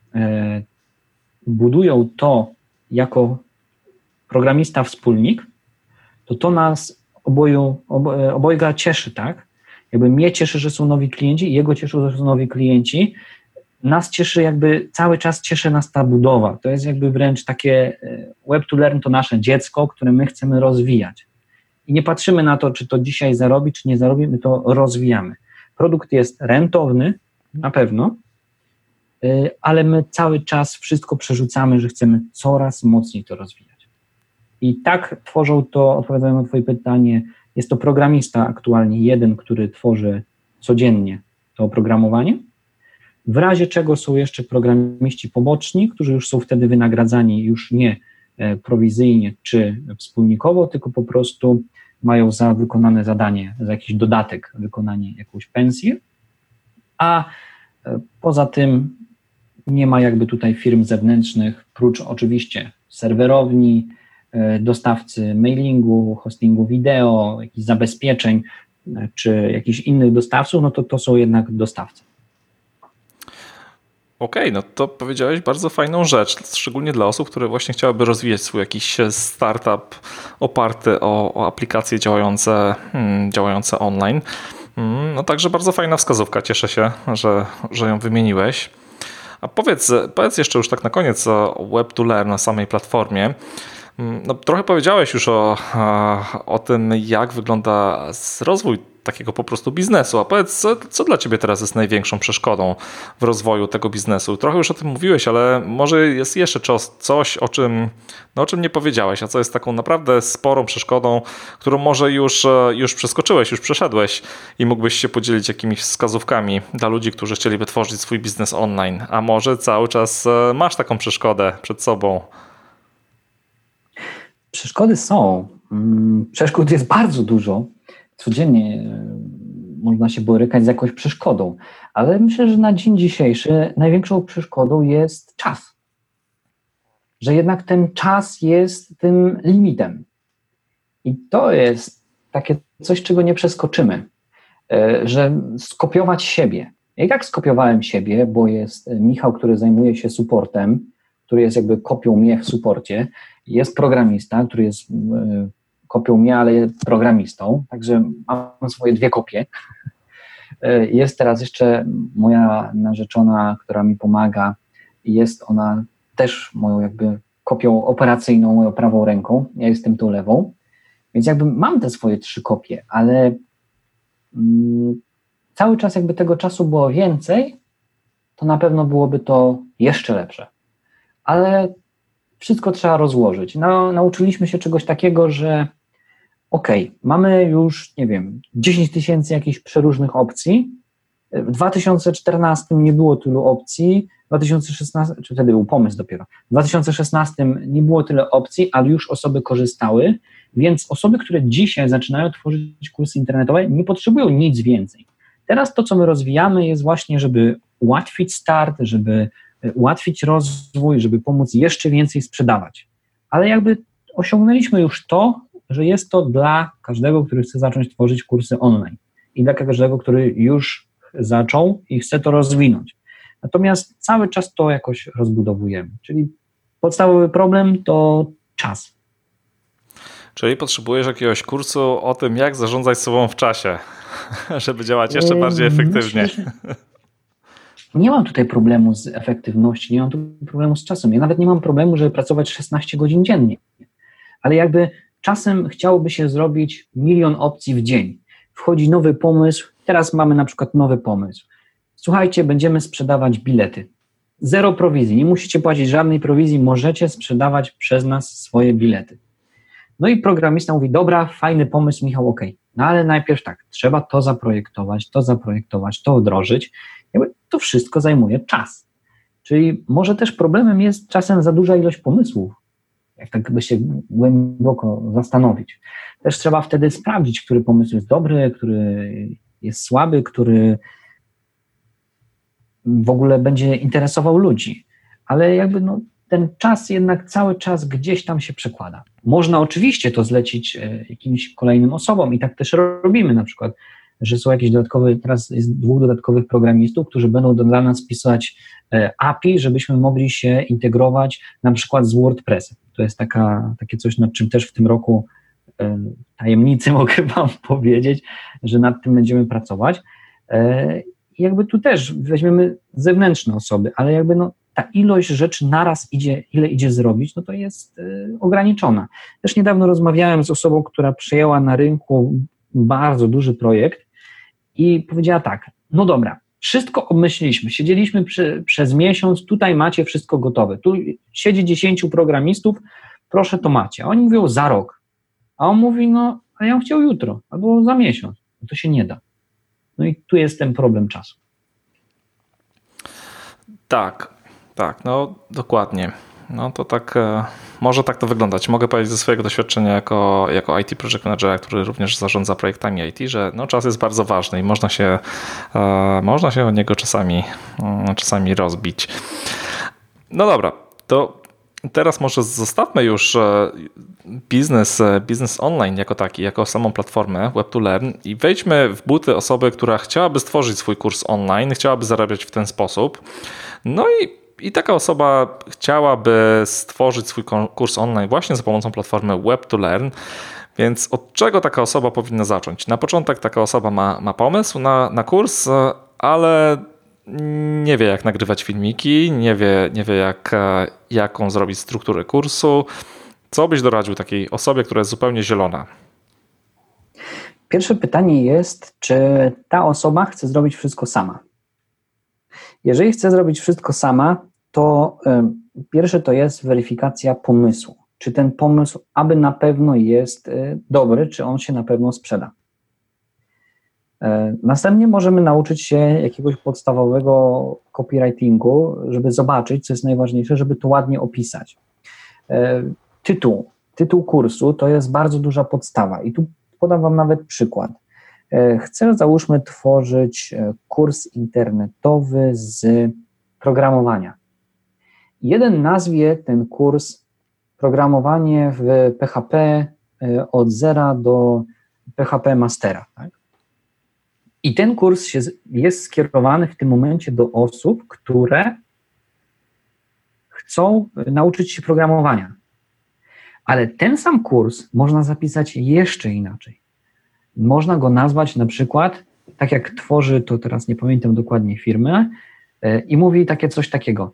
S2: budują to jako programista wspólnik, to nas obojga cieszy, tak? Jakby mnie cieszy, że są nowi klienci, jego cieszy, że są nowi klienci. Nas cieszy jakby, cały czas cieszy nas ta budowa. To jest jakby wręcz takie Web2Learn to nasze dziecko, które my chcemy rozwijać. I nie patrzymy na to, czy to dzisiaj zarobi, czy nie zarobi, my to rozwijamy. Produkt jest rentowny, na pewno, ale my cały czas wszystko przerzucamy, że chcemy coraz mocniej to rozwijać. I tak tworzą to, odpowiadając na twoje pytanie, jest to programista aktualnie jeden, który tworzy codziennie to oprogramowanie. W razie czego są jeszcze programiści poboczni, którzy już są wtedy wynagradzani już nie prowizyjnie czy wspólnikowo, tylko po prostu mają za wykonane zadanie, za jakiś dodatek wykonanie jakąś pensję, a poza tym nie ma jakby tutaj firm zewnętrznych, prócz oczywiście serwerowni, dostawcy mailingu, hostingu wideo, jakichś zabezpieczeń, czy jakichś innych dostawców, no to są jednak dostawcy.
S1: Okej, no to powiedziałeś bardzo fajną rzecz, szczególnie dla osób, które właśnie chciałyby rozwijać swój jakiś startup oparty o aplikacje działające online. No także bardzo fajna wskazówka, cieszę się, że ją wymieniłeś. A powiedz jeszcze już tak na koniec o Web2Learn na samej platformie. No, trochę powiedziałeś już o tym, jak wygląda rozwój takiego po prostu biznesu, a powiedz, co dla Ciebie teraz jest największą przeszkodą w rozwoju tego biznesu? Trochę już o tym mówiłeś, ale może jest jeszcze coś, o czym nie powiedziałeś, a co jest taką naprawdę sporą przeszkodą, którą może już przeskoczyłeś, już przeszedłeś i mógłbyś się podzielić jakimiś wskazówkami dla ludzi, którzy chcieliby tworzyć swój biznes online, a może cały czas masz taką przeszkodę przed sobą?
S2: Przeszkody są. Przeszkód jest bardzo dużo. Codziennie można się borykać z jakąś przeszkodą, ale myślę, że na dzień dzisiejszy największą przeszkodą jest czas. Że jednak ten czas jest tym limitem. I to jest takie coś, czego nie przeskoczymy. Że skopiować siebie. Ja i tak skopiowałem siebie, bo jest Michał, który zajmuje się supportem, który jest jakby kopią mnie w supporcie. Jest programista, który jest kopią mnie, ale jest programistą, także mam swoje dwie kopie. Jest teraz jeszcze moja narzeczona, która mi pomaga. Jest ona też moją jakby kopią operacyjną, moją prawą ręką. Ja jestem tą lewą. Więc jakby mam te swoje 3 kopie, ale cały czas jakby tego czasu było więcej, to na pewno byłoby to jeszcze lepsze. Ale wszystko trzeba rozłożyć. Nauczyliśmy się czegoś takiego, że mamy już, 10 000 jakichś przeróżnych opcji. W 2014 nie było tylu opcji, w 2016, czy wtedy był pomysł dopiero, w 2016 nie było tyle opcji, ale już osoby korzystały, więc osoby, które dzisiaj zaczynają tworzyć kursy internetowe, nie potrzebują nic więcej. Teraz to, co my rozwijamy, jest właśnie, żeby ułatwić start, żeby ułatwić rozwój, żeby pomóc jeszcze więcej sprzedawać. Ale jakby osiągnęliśmy już to, że jest to dla każdego, który chce zacząć tworzyć kursy online i dla każdego, który już zaczął i chce to rozwinąć. Natomiast cały czas to jakoś rozbudowujemy. Czyli podstawowy problem to czas.
S1: Czyli potrzebujesz jakiegoś kursu o tym, jak zarządzać sobą w czasie, żeby działać jeszcze bardziej efektywnie.
S2: Myślę, że nie mam tutaj problemu z efektywnością, nie mam tu problemu z czasem. Ja nawet nie mam problemu, żeby pracować 16 godzin dziennie. Ale jakby czasem chciałoby się zrobić 1 000 000 opcji w dzień. Wchodzi nowy pomysł, teraz mamy na przykład nowy pomysł. Słuchajcie, będziemy sprzedawać bilety. 0 prowizji, nie musicie płacić żadnej prowizji, możecie sprzedawać przez nas swoje bilety. No i programista mówi, dobra, fajny pomysł, Michał, okej. No ale najpierw tak, trzeba to zaprojektować, to wdrożyć. Jakby to wszystko zajmuje czas. Czyli może też problemem jest czasem za duża ilość pomysłów, jak tak by się głęboko zastanowić. Też trzeba wtedy sprawdzić, który pomysł jest dobry, który jest słaby, który w ogóle będzie interesował ludzi. Ale jakby ten czas jednak cały czas gdzieś tam się przekłada. Można oczywiście to zlecić jakimś kolejnym osobom i tak też robimy na przykład, że są jakieś dodatkowe, teraz jest 2 dodatkowych programistów, którzy będą dla nas pisać API, żebyśmy mogli się integrować na przykład z WordPressem. To jest takie coś, nad czym też w tym roku tajemnicy mogę wam powiedzieć, że nad tym będziemy pracować. I jakby tu też weźmiemy zewnętrzne osoby, ale jakby ta ilość rzeczy naraz ile idzie zrobić, to jest ograniczona. Też niedawno rozmawiałem z osobą, która przejęła na rynku bardzo duży projekt i powiedziała tak, no dobra, wszystko obmyśliliśmy, siedzieliśmy przez miesiąc, tutaj macie wszystko gotowe, tu siedzi 10 programistów, proszę to macie. A oni mówią za rok, a on mówi, no a ja bym chciał jutro albo za miesiąc, to się nie da. No i tu jest ten problem czasu.
S1: Tak, no dokładnie. No to tak, może tak to wyglądać. Mogę powiedzieć ze swojego doświadczenia jako IT Project Managera, który również zarządza projektami IT, że czas jest bardzo ważny i można się o niego czasami rozbić. No dobra, to teraz może zostawmy już biznes online jako taki, jako samą platformę Web2Learn i wejdźmy w buty osoby, która chciałaby stworzyć swój kurs online, chciałaby zarabiać w ten sposób. No i taka osoba chciałaby stworzyć swój kurs online właśnie za pomocą platformy Web2Learn, więc od czego taka osoba powinna zacząć? Na początek taka osoba ma pomysł na kurs, ale nie wie jak nagrywać filmiki, nie wie jaką zrobić strukturę kursu. Co byś doradził takiej osobie, która jest zupełnie zielona?
S2: Pierwsze pytanie jest, czy ta osoba chce zrobić wszystko sama? Jeżeli chce zrobić wszystko sama, to pierwsze to jest weryfikacja pomysłu. Czy ten pomysł aby na pewno jest dobry, czy on się na pewno sprzeda. Następnie możemy nauczyć się jakiegoś podstawowego copywritingu, żeby zobaczyć, co jest najważniejsze, żeby to ładnie opisać. Tytuł kursu to jest bardzo duża podstawa i tu podam wam nawet przykład. Chcę, załóżmy, tworzyć kurs internetowy z programowania. Jeden nazwie ten kurs programowanie w PHP od zera do PHP Mastera. Tak? I ten kurs jest skierowany w tym momencie do osób, które chcą nauczyć się programowania. Ale ten sam kurs można zapisać jeszcze inaczej. Można go nazwać na przykład, tak jak tworzy, to teraz nie pamiętam dokładnie firmy, i mówi coś takiego.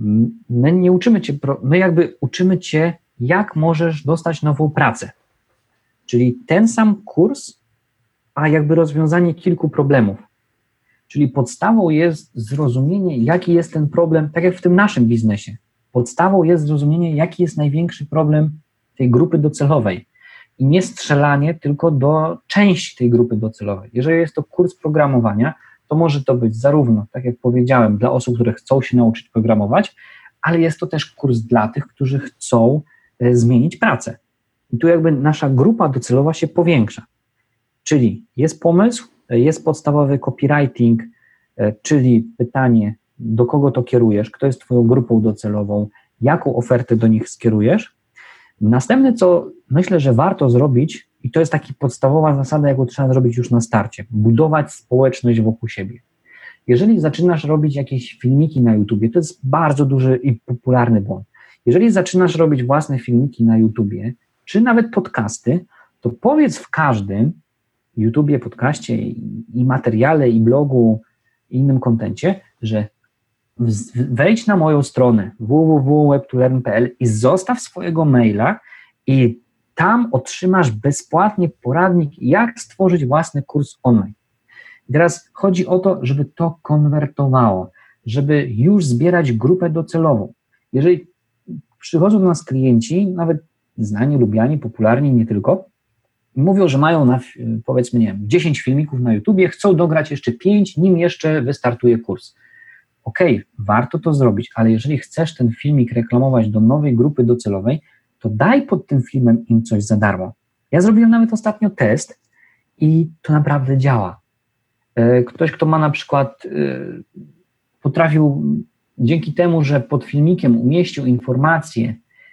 S2: My jakby uczymy cię, jak możesz dostać nową pracę. Czyli ten sam kurs, a jakby rozwiązanie kilku problemów. Czyli podstawą jest zrozumienie, jaki jest ten problem, tak jak w tym naszym biznesie. Podstawą jest zrozumienie, jaki jest największy problem tej grupy docelowej. I nie strzelanie tylko do części tej grupy docelowej. Jeżeli jest to kurs programowania, to może to być zarówno, tak jak powiedziałem, dla osób, które chcą się nauczyć programować, ale jest to też kurs dla tych, którzy chcą zmienić pracę. I tu jakby nasza grupa docelowa się powiększa. Czyli jest pomysł, jest podstawowy copywriting, czyli pytanie, do kogo to kierujesz, kto jest twoją grupą docelową, jaką ofertę do nich skierujesz. Następne, co myślę, że warto zrobić, i to jest taka podstawowa zasada, jaką trzeba zrobić już na starcie, budować społeczność wokół siebie. jeżeli zaczynasz robić jakieś filmiki na YouTubie, to jest bardzo duży i popularny błąd. Jeżeli zaczynasz robić własne filmiki na YouTubie, czy nawet podcasty, to powiedz w każdym YouTubie, podcaście i materiale, i blogu, i innym kontencie, że wejdź na moją stronę www.web2learn.pl i zostaw swojego maila i tam otrzymasz bezpłatnie poradnik, jak stworzyć własny kurs online. I teraz chodzi o to, żeby to konwertowało, żeby już zbierać grupę docelową. Jeżeli przychodzą do nas klienci, nawet znani, lubiani, popularni, nie tylko, mówią, że mają powiedzmy, nie wiem, 10 filmików na YouTubie, chcą dograć jeszcze 5, nim jeszcze wystartuje kurs. Okej, warto to zrobić, ale jeżeli chcesz ten filmik reklamować do nowej grupy docelowej, to daj pod tym filmem im coś za darmo. Ja zrobiłem nawet ostatnio test i to naprawdę działa. Ktoś, kto ma na przykład, potrafił dzięki temu, że pod filmikiem umieścił informację,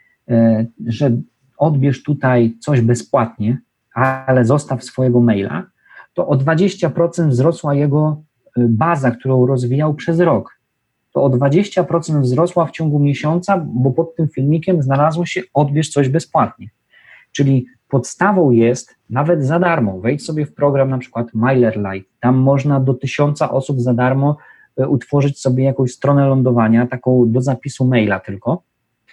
S2: że odbierz tutaj coś bezpłatnie, ale zostaw swojego maila, to o 20% wzrosła jego baza, którą rozwijał przez rok. To o 20% wzrosła w ciągu miesiąca, bo pod tym filmikiem znalazło się odbierz coś bezpłatnie. Czyli podstawą jest, nawet za darmo, wejdź sobie w program na przykład MailerLite, tam można do 1000 osób za darmo utworzyć sobie jakąś stronę lądowania, taką do zapisu maila tylko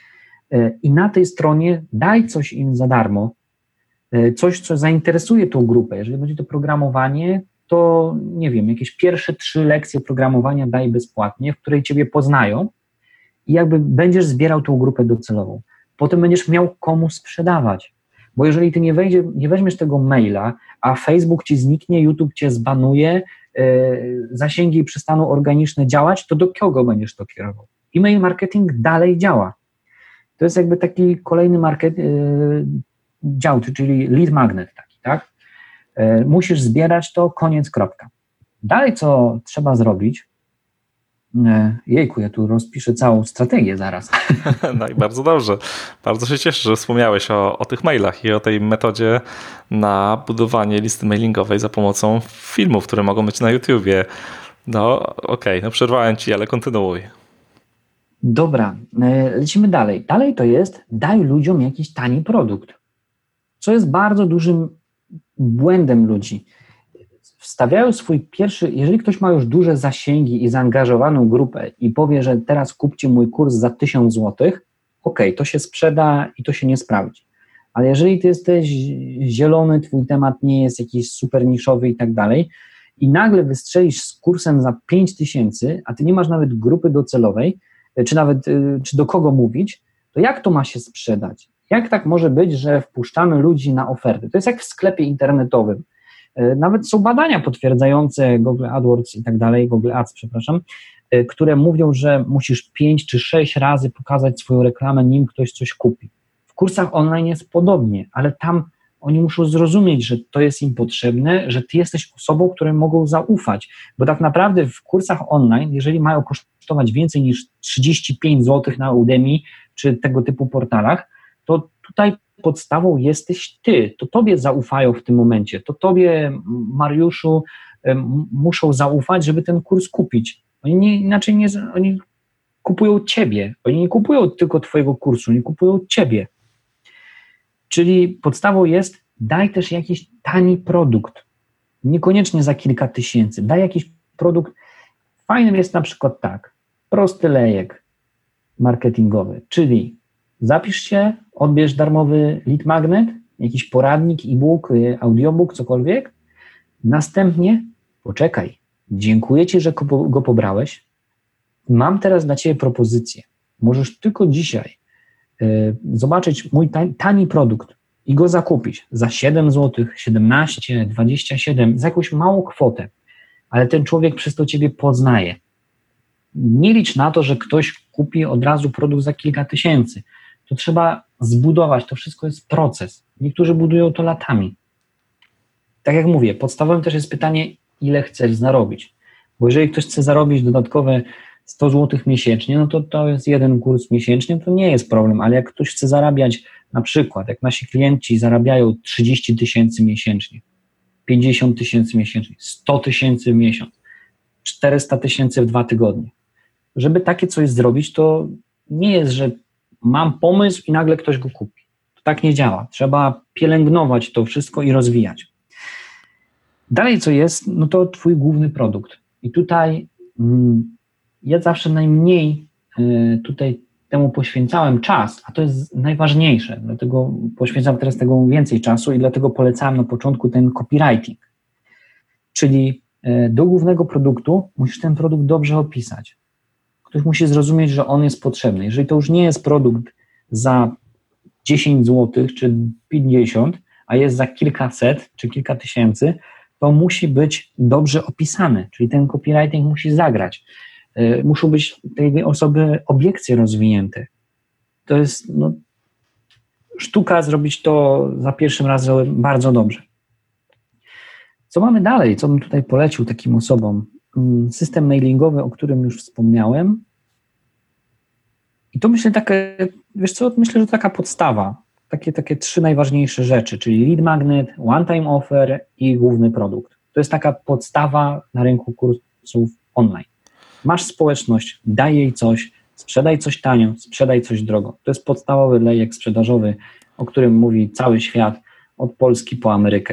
S2: i na tej stronie daj coś im za darmo, coś, co zainteresuje tą grupę. Jeżeli będzie to programowanie, to nie wiem, jakieś pierwsze 3 lekcje programowania daj bezpłatnie, w której ciebie poznają i jakby będziesz zbierał tą grupę docelową. Potem będziesz miał komu sprzedawać, bo jeżeli ty nie weźmiesz tego maila, a Facebook ci zniknie, YouTube cię zbanuje, zasięgi przestaną organiczne działać, to do kogo będziesz to kierował? E-mail marketing dalej działa. To jest jakby taki kolejny dział, czyli lead magnet taki, tak? Musisz zbierać to, koniec, kropka. Dalej, co trzeba zrobić, jejku, ja tu rozpiszę całą strategię zaraz.
S1: No i bardzo dobrze. Bardzo się cieszę, że wspomniałeś o tych mailach i o tej metodzie na budowanie listy mailingowej za pomocą filmów, które mogą być na YouTubie. No okej, no przerwałem ci, ale kontynuuj.
S2: Dobra, lecimy dalej. Dalej to jest, daj ludziom jakiś tani produkt, co jest bardzo dużym błędem ludzi. Wstawiają swój pierwszy, jeżeli ktoś ma już duże zasięgi i zaangażowaną grupę i powie, że teraz kupcie mój kurs za 1000 zł, okej, to się sprzeda i to się nie sprawdzi. Ale jeżeli ty jesteś zielony, twój temat nie jest jakiś super niszowy i tak dalej i nagle wystrzelisz z kursem za 5000, a ty nie masz nawet grupy docelowej, czy do kogo mówić, to jak to ma się sprzedać? Jak tak może być, że wpuszczamy ludzi na oferty? To jest jak w sklepie internetowym. Nawet są badania potwierdzające Google AdWords i tak dalej, Google Ads, przepraszam, które mówią, że musisz 5 czy 6 razy pokazać swoją reklamę, nim ktoś coś kupi. W kursach online jest podobnie, ale tam oni muszą zrozumieć, że to jest im potrzebne, że ty jesteś osobą, której mogą zaufać, bo tak naprawdę w kursach online, jeżeli mają kosztować więcej niż 35 zł na Udemy czy tego typu portalach, to tutaj podstawą jesteś ty, to tobie zaufają w tym momencie, to tobie, Mariuszu, muszą zaufać, żeby ten kurs kupić. Oni kupują ciebie, oni nie kupują tylko twojego kursu, oni kupują ciebie. Czyli podstawą jest, daj też jakiś tani produkt, niekoniecznie za kilka tysięcy, daj jakiś produkt, fajnym jest na przykład tak, prosty lejek marketingowy, czyli zapisz się, odbierz darmowy lead magnet, jakiś poradnik, e-book, audiobook, cokolwiek, następnie poczekaj, dziękuję ci, że go pobrałeś, mam teraz dla ciebie propozycję, możesz tylko dzisiaj zobaczyć mój tani produkt i go zakupić za 7 zł, 17, 27, za jakąś małą kwotę, ale ten człowiek przez to ciebie poznaje. Nie licz na to, że ktoś kupi od razu produkt za kilka tysięcy. To trzeba zbudować, to wszystko jest proces. Niektórzy budują to latami. Tak jak mówię, podstawowym też jest pytanie, ile chcesz zarobić. Bo jeżeli ktoś chce zarobić dodatkowe 100 zł miesięcznie, no to jest jeden kurs miesięcznie, to nie jest problem, ale jak ktoś chce zarabiać, na przykład, jak nasi klienci zarabiają 30 000 miesięcznie, 50 000 miesięcznie, 100 000 w miesiąc, 400 000 w 2 tygodnie. Żeby takie coś zrobić, to nie jest, że mam pomysł i nagle ktoś go kupi. To tak nie działa. Trzeba pielęgnować to wszystko i rozwijać. Dalej co jest, no to twój główny produkt. I tutaj ja zawsze najmniej tutaj temu poświęcałem czas, a to jest najważniejsze, dlatego poświęcam teraz tego więcej czasu i dlatego polecałem na początku ten copywriting. Czyli do głównego produktu musisz ten produkt dobrze opisać. Ktoś musi zrozumieć, że on jest potrzebny. Jeżeli to już nie jest produkt za 10 zł czy 50, a jest za kilkaset czy kilka tysięcy, to musi być dobrze opisany, czyli ten copywriting musi zagrać. Muszą być tej osoby obiekcje rozwinięte. To jest sztuka zrobić to za pierwszym razem bardzo dobrze. Co mamy dalej? Co bym tutaj polecił takim osobom? System mailingowy, o którym już wspomniałem. I to myślę myślę, że to taka podstawa. Takie 3 najważniejsze rzeczy, czyli lead magnet, one-time offer i główny produkt. To jest taka podstawa na rynku kursów online. Masz społeczność, daj jej coś, sprzedaj coś tanio, sprzedaj coś drogo. To jest podstawowy lejek sprzedażowy, o którym mówi cały świat, od Polski po Amerykę.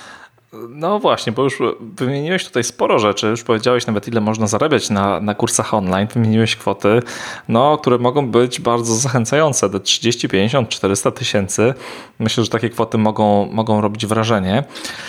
S1: No właśnie, bo już wymieniłeś tutaj sporo rzeczy, już powiedziałeś nawet ile można zarabiać na kursach online, wymieniłeś kwoty, które mogą być bardzo zachęcające, do 30, 50, 400 tysięcy. Myślę, że takie kwoty mogą robić wrażenie.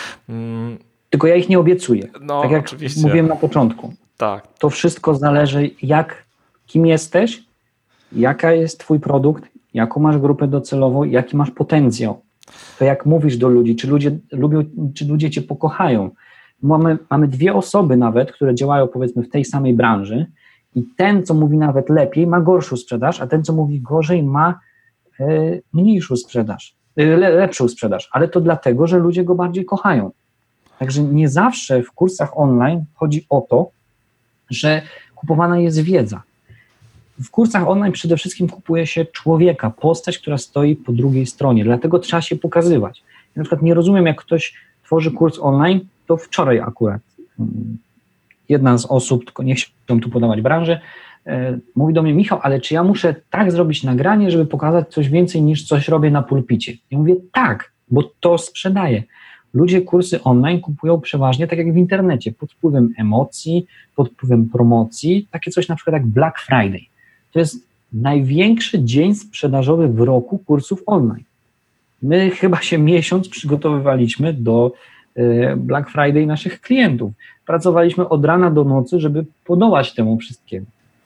S2: Tylko ja ich nie obiecuję, tak jak
S1: oczywiście.
S2: Mówiłem na początku.
S1: Tak.
S2: To wszystko zależy kim jesteś, jaka jest twój produkt, jaką masz grupę docelową, jaki masz potencjał. To jak mówisz do ludzi, czy ludzie lubią, czy ludzie cię pokochają. Mamy 2 osoby nawet, które działają powiedzmy w tej samej branży i ten, co mówi nawet lepiej, ma gorszą sprzedaż, a ten, co mówi gorzej, ma mniejszą sprzedaż, lepszą sprzedaż, ale to dlatego, że ludzie go bardziej kochają. Także nie zawsze w kursach online chodzi o to, że kupowana jest wiedza. W kursach online przede wszystkim kupuje się człowieka, postać, która stoi po drugiej stronie, dlatego trzeba się pokazywać. Ja na przykład nie rozumiem, jak ktoś tworzy kurs online, to wczoraj akurat jedna z osób, tylko nie chciałbym tu podawać branży, mówi do mnie: Michał, ale czy ja muszę tak zrobić nagranie, żeby pokazać coś więcej niż coś robię na pulpicie? Ja mówię: tak, bo to sprzedaje. Ludzie kursy online kupują przeważnie tak jak w internecie, pod wpływem emocji, pod wpływem promocji, takie coś na przykład jak Black Friday. To jest największy dzień sprzedażowy w roku kursów online. My chyba się miesiąc przygotowywaliśmy do Black Friday naszych klientów. Pracowaliśmy od rana do nocy, żeby podołać temu wszystkiemu.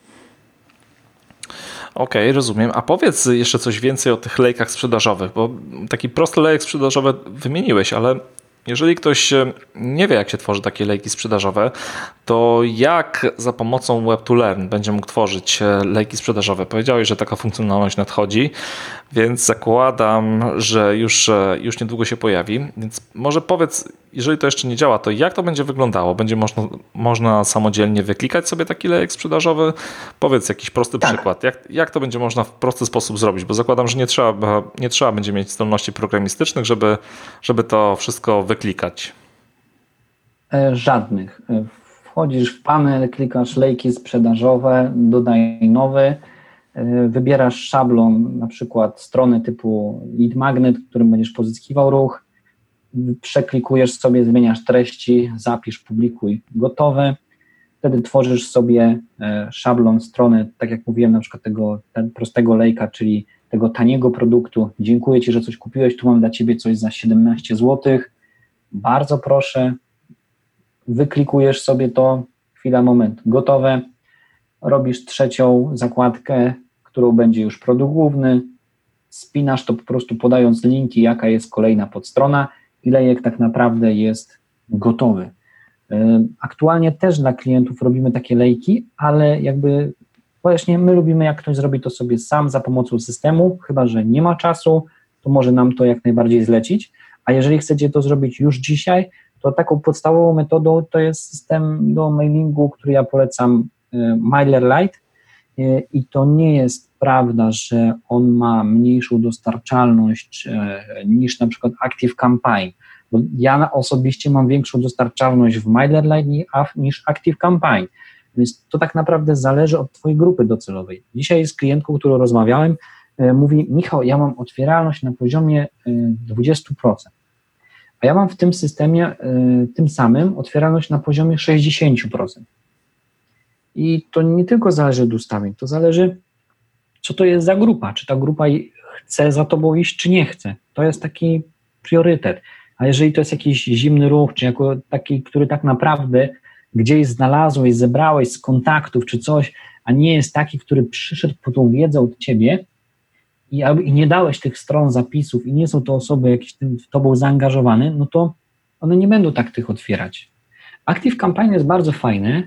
S1: Okej, rozumiem. A powiedz jeszcze coś więcej o tych lejkach sprzedażowych, bo taki prosty lejek sprzedażowy wymieniłeś, ale jeżeli ktoś nie wie, jak się tworzy takie lejki sprzedażowe, to jak za pomocą Web2Learn będzie mógł tworzyć lejki sprzedażowe? Powiedziałeś, że taka funkcjonalność nadchodzi, więc zakładam, że już niedługo się pojawi. Więc może powiedz, jeżeli to jeszcze nie działa, to jak to będzie wyglądało? Będzie można samodzielnie wyklikać sobie taki lejek sprzedażowy? Powiedz jakiś prosty przykład. Jak to będzie można w prosty sposób zrobić? Bo zakładam, że nie trzeba będzie mieć zdolności programistycznych, żeby to wszystko wyklikać.
S2: Żadnych. Wchodzisz w panel, klikasz lejki sprzedażowe, dodaj nowy, wybierasz szablon, na przykład strony typu lead magnet, w którym będziesz pozyskiwał ruch, przeklikujesz sobie, zmieniasz treści, zapisz, publikuj, gotowe. Wtedy tworzysz sobie szablon strony, tak jak mówiłem, na przykład tego prostego lejka, czyli tego taniego produktu. Dziękuję Ci, że coś kupiłeś, tu mam dla Ciebie coś za 17 zł. Bardzo proszę, wyklikujesz sobie to, chwila, moment, gotowe. Robisz trzecią zakładkę, którą będzie już produkt główny, spinasz to po prostu podając linki, jaka jest kolejna podstrona i lejek tak naprawdę jest gotowy. Aktualnie też dla klientów robimy takie lejki, ale jakby właśnie my lubimy, jak ktoś zrobi to sobie sam za pomocą systemu, chyba że nie ma czasu, to może nam to jak najbardziej zlecić, a jeżeli chcecie to zrobić już dzisiaj, to taką podstawową metodą to jest system do mailingu, który ja polecam, MailerLite, i to nie jest prawda, że on ma mniejszą dostarczalność niż na przykład ActiveCampaign. Bo ja osobiście mam większą dostarczalność w MailerLite niż ActiveCampaign, więc to tak naprawdę zależy od twojej grupy docelowej. Dzisiaj z klientką, którą rozmawiałem, mówi: Michał, ja mam otwieralność na poziomie 20%, a ja mam w tym systemie tym samym otwieralność na poziomie 60%. I to nie tylko zależy od ustawień, to zależy, co to jest za grupa, czy ta grupa chce za tobą iść, czy nie chce. To jest taki priorytet. A jeżeli to jest jakiś zimny ruch, czy jako taki, który tak naprawdę gdzieś znalazłeś, zebrałeś z kontaktów, czy coś, a nie jest taki, który przyszedł po tą wiedzę od ciebie i nie dałeś tych stron zapisów i nie są to osoby jakieś w tobą zaangażowane, no to one nie będą tak tych otwierać. ActiveCampaign jest bardzo fajny,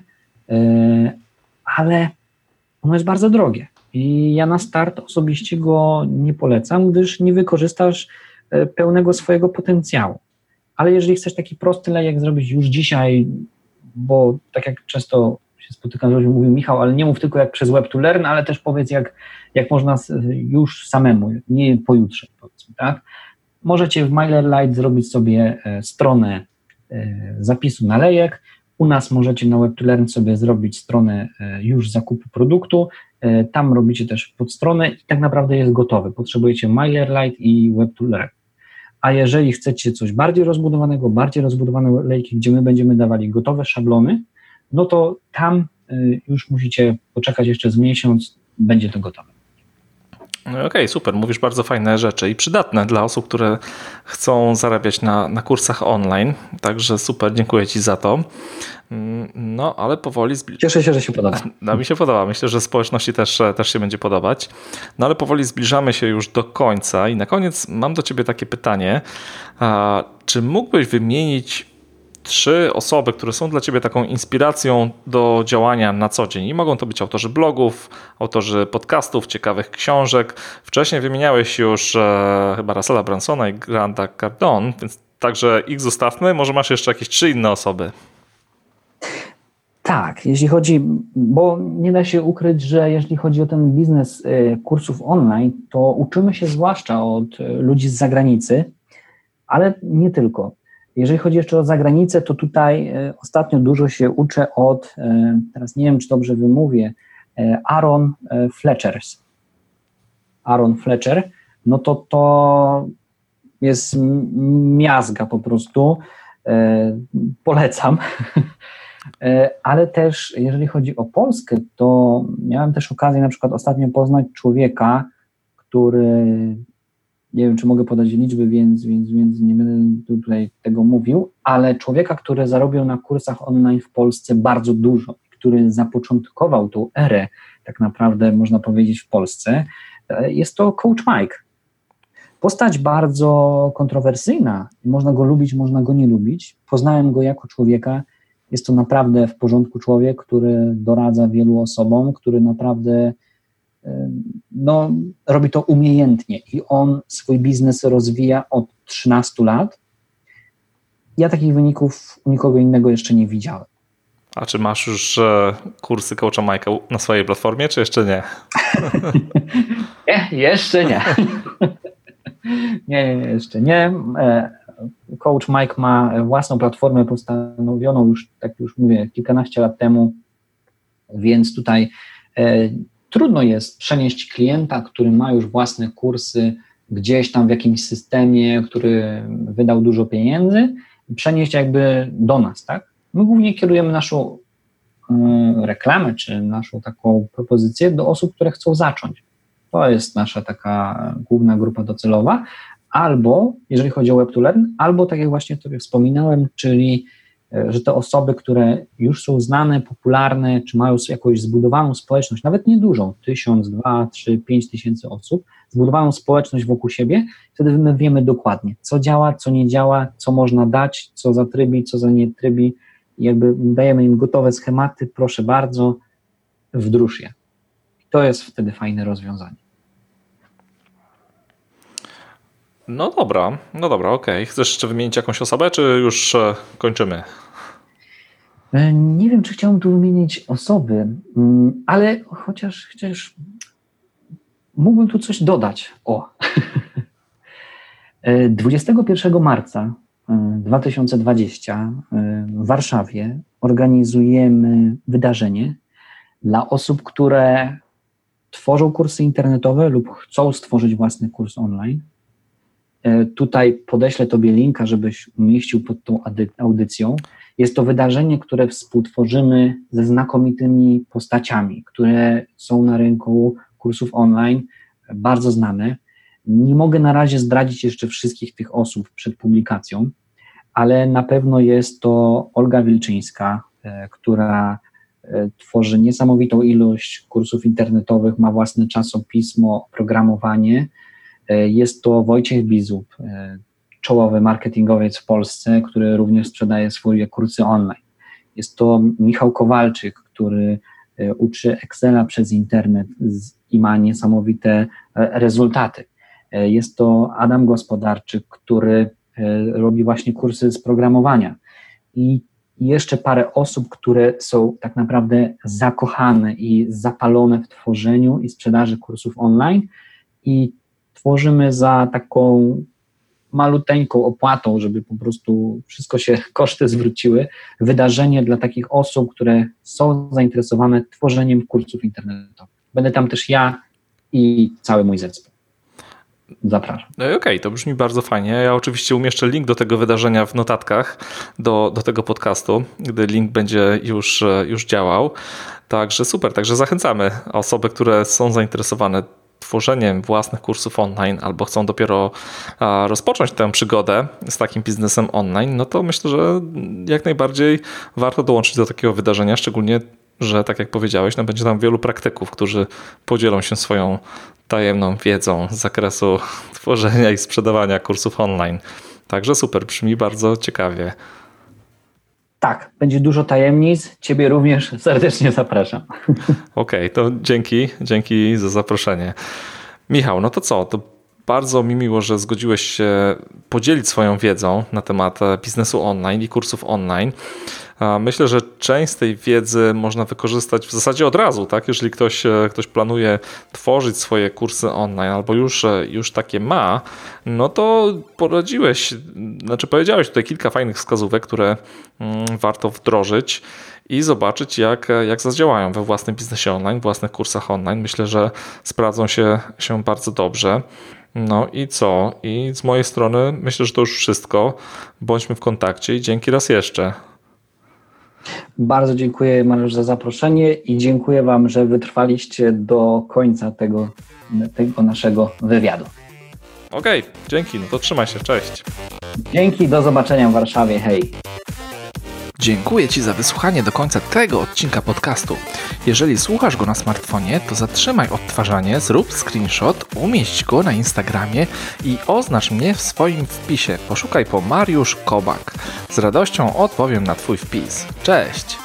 S2: ale ono jest bardzo drogie i ja na start osobiście go nie polecam, gdyż nie wykorzystasz pełnego swojego potencjału. Ale jeżeli chcesz taki prosty lejek zrobić już dzisiaj, bo tak jak często się spotykam z ludźmi, mówił: Michał, ale nie mów tylko jak przez Web to Learn, ale też powiedz jak można już samemu, nie pojutrze, powiedzmy, tak? Możecie w MailerLite zrobić sobie stronę zapisu na lejek. U nas możecie na Web to Learn sobie zrobić stronę już zakupu produktu, tam robicie też podstronę i tak naprawdę jest gotowe. Potrzebujecie MailerLite i Web to Learn. A jeżeli chcecie coś bardziej rozbudowane lejki, gdzie my będziemy dawali gotowe szablony, no to tam już musicie poczekać jeszcze z miesiąc, będzie to gotowe.
S1: Okej, super. Mówisz bardzo fajne rzeczy i przydatne dla osób, które chcą zarabiać na kursach online. Także super, dziękuję Ci za to. No, ale powoli...
S2: Cieszę się, że się podoba.
S1: No, mi się podoba. Myślę, że społeczności też się będzie podobać. No, ale powoli zbliżamy się już do końca i na koniec mam do Ciebie takie pytanie. Czy mógłbyś wymienić 3 osoby, które są dla Ciebie taką inspiracją do działania na co dzień? I mogą to być autorzy blogów, autorzy podcastów, ciekawych książek. Wcześniej wymieniałeś już chyba Russella Bransona i Granta Cardone, więc także ich zostawmy. Może masz jeszcze jakieś 3 inne osoby?
S2: Tak, jeśli chodzi, bo nie da się ukryć, że jeśli chodzi o ten biznes kursów online, to uczymy się zwłaszcza od ludzi z zagranicy, ale nie tylko. Jeżeli chodzi jeszcze o zagranicę, to tutaj ostatnio dużo się uczę od, teraz nie wiem, czy dobrze wymówię, Aaron Fletcher, no to jest miazga po prostu, polecam. Ale też jeżeli chodzi o Polskę, to miałem też okazję na przykład ostatnio poznać człowieka, który, nie wiem, czy mogę podać liczby, więc nie będę tutaj tego mówił, ale człowieka, który zarobił na kursach online w Polsce bardzo dużo, który zapoczątkował tą erę, tak naprawdę można powiedzieć, w Polsce, jest to Coach Mike. Postać bardzo kontrowersyjna, można go lubić, można go nie lubić. Poznałem go jako człowieka, jest to naprawdę w porządku człowiek, który doradza wielu osobom, który naprawdę robi to umiejętnie i on swój biznes rozwija od 13 lat. Ja takich wyników u nikogo innego jeszcze nie widziałem.
S1: A czy masz już kursy Coacha Mike'a na swojej platformie, czy jeszcze nie?
S2: Nie, jeszcze nie. Nie, jeszcze nie. Coach Mike ma własną platformę postanowioną już, tak już mówię, kilkanaście lat temu, więc tutaj trudno jest przenieść klienta, który ma już własne kursy gdzieś tam w jakimś systemie, który wydał dużo pieniędzy, przenieść jakby do nas, tak? My głównie kierujemy naszą reklamę, czy naszą taką propozycję do osób, które chcą zacząć. To jest nasza taka główna grupa docelowa, albo, jeżeli chodzi o Web to Learn, albo tak jak właśnie tobie wspominałem, czyli że te osoby, które już są znane, popularne, czy mają jakąś zbudowaną społeczność, nawet niedużą, 1000, 2, 3, 5 tysięcy osób, zbudowaną społeczność wokół siebie, wtedy my wiemy dokładnie, co działa, co nie działa, co można dać, co zatrybi, co za nie trybi, i jakby dajemy im gotowe schematy, proszę bardzo, wdróż je. To jest wtedy fajne rozwiązanie.
S1: No dobra, okej. Chcesz jeszcze wymienić jakąś osobę, czy już kończymy?
S2: Nie wiem, czy chciałbym tu wymienić osoby, ale chociaż mógłbym tu coś dodać. 21 marca 2020 w Warszawie organizujemy wydarzenie dla osób, które tworzą kursy internetowe lub chcą stworzyć własny kurs online. Tutaj podeślę Tobie linka, żebyś umieścił pod tą audycją. Jest to wydarzenie, które współtworzymy ze znakomitymi postaciami, które są na rynku kursów online, bardzo znane. Nie mogę na razie zdradzić jeszcze wszystkich tych osób przed publikacją, ale na pewno jest to Olga Wilczyńska, która tworzy niesamowitą ilość kursów internetowych, ma własne czasopismo, oprogramowanie. Jest to Wojciech Bizub, czołowy marketingowiec w Polsce, który również sprzedaje swoje kursy online. Jest to Michał Kowalczyk, który uczy Excela przez internet i ma niesamowite rezultaty. Jest to Adam Gospodarczyk, który robi właśnie kursy z programowania. I jeszcze parę osób, które są tak naprawdę zakochane i zapalone w tworzeniu i sprzedaży kursów online i tworzymy za taką maluteńką opłatą, żeby po prostu wszystko się, koszty zwróciły, wydarzenie dla takich osób, które są zainteresowane tworzeniem kursów internetowych. Będę tam też ja i cały mój zespół. Zapraszam.
S1: Okej, to brzmi bardzo fajnie. Ja oczywiście umieszczę link do tego wydarzenia w notatkach do tego podcastu, gdy link będzie już działał. Także super, także zachęcamy osoby, które są zainteresowane tworzeniem własnych kursów online albo chcą dopiero rozpocząć tę przygodę z takim biznesem online, no to myślę, że jak najbardziej warto dołączyć do takiego wydarzenia, szczególnie, że tak jak powiedziałeś, no będzie tam wielu praktyków, którzy podzielą się swoją tajemną wiedzą z zakresu tworzenia i sprzedawania kursów online. Także super, brzmi bardzo ciekawie.
S2: Tak, będzie dużo tajemnic. Ciebie również serdecznie zapraszam.
S1: Okej, to dzięki za zaproszenie. Michał, no to co? To bardzo mi miło, że zgodziłeś się podzielić swoją wiedzą na temat biznesu online i kursów online. Myślę, że część z tej wiedzy można wykorzystać w zasadzie od razu, tak? Jeżeli ktoś planuje tworzyć swoje kursy online albo już takie ma, no to powiedziałeś tutaj kilka fajnych wskazówek, które warto wdrożyć i zobaczyć, jak zadziałają we własnym biznesie online, własnych kursach online. Myślę, że sprawdzą się bardzo dobrze. No i co? I z mojej strony myślę, że to już wszystko. Bądźmy w kontakcie i dzięki raz jeszcze.
S2: Bardzo dziękuję, Mariusz, za zaproszenie i dziękuję Wam, że wytrwaliście do końca tego naszego wywiadu.
S1: Okej, dzięki, no to trzymaj się, cześć.
S2: Dzięki, do zobaczenia w Warszawie, hej.
S1: Dziękuję Ci za wysłuchanie do końca tego odcinka podcastu. Jeżeli słuchasz go na smartfonie, to zatrzymaj odtwarzanie, zrób screenshot, umieść go na Instagramie i oznacz mnie w swoim wpisie. Poszukaj po Mariusz Kobak. Z radością odpowiem na Twój wpis. Cześć!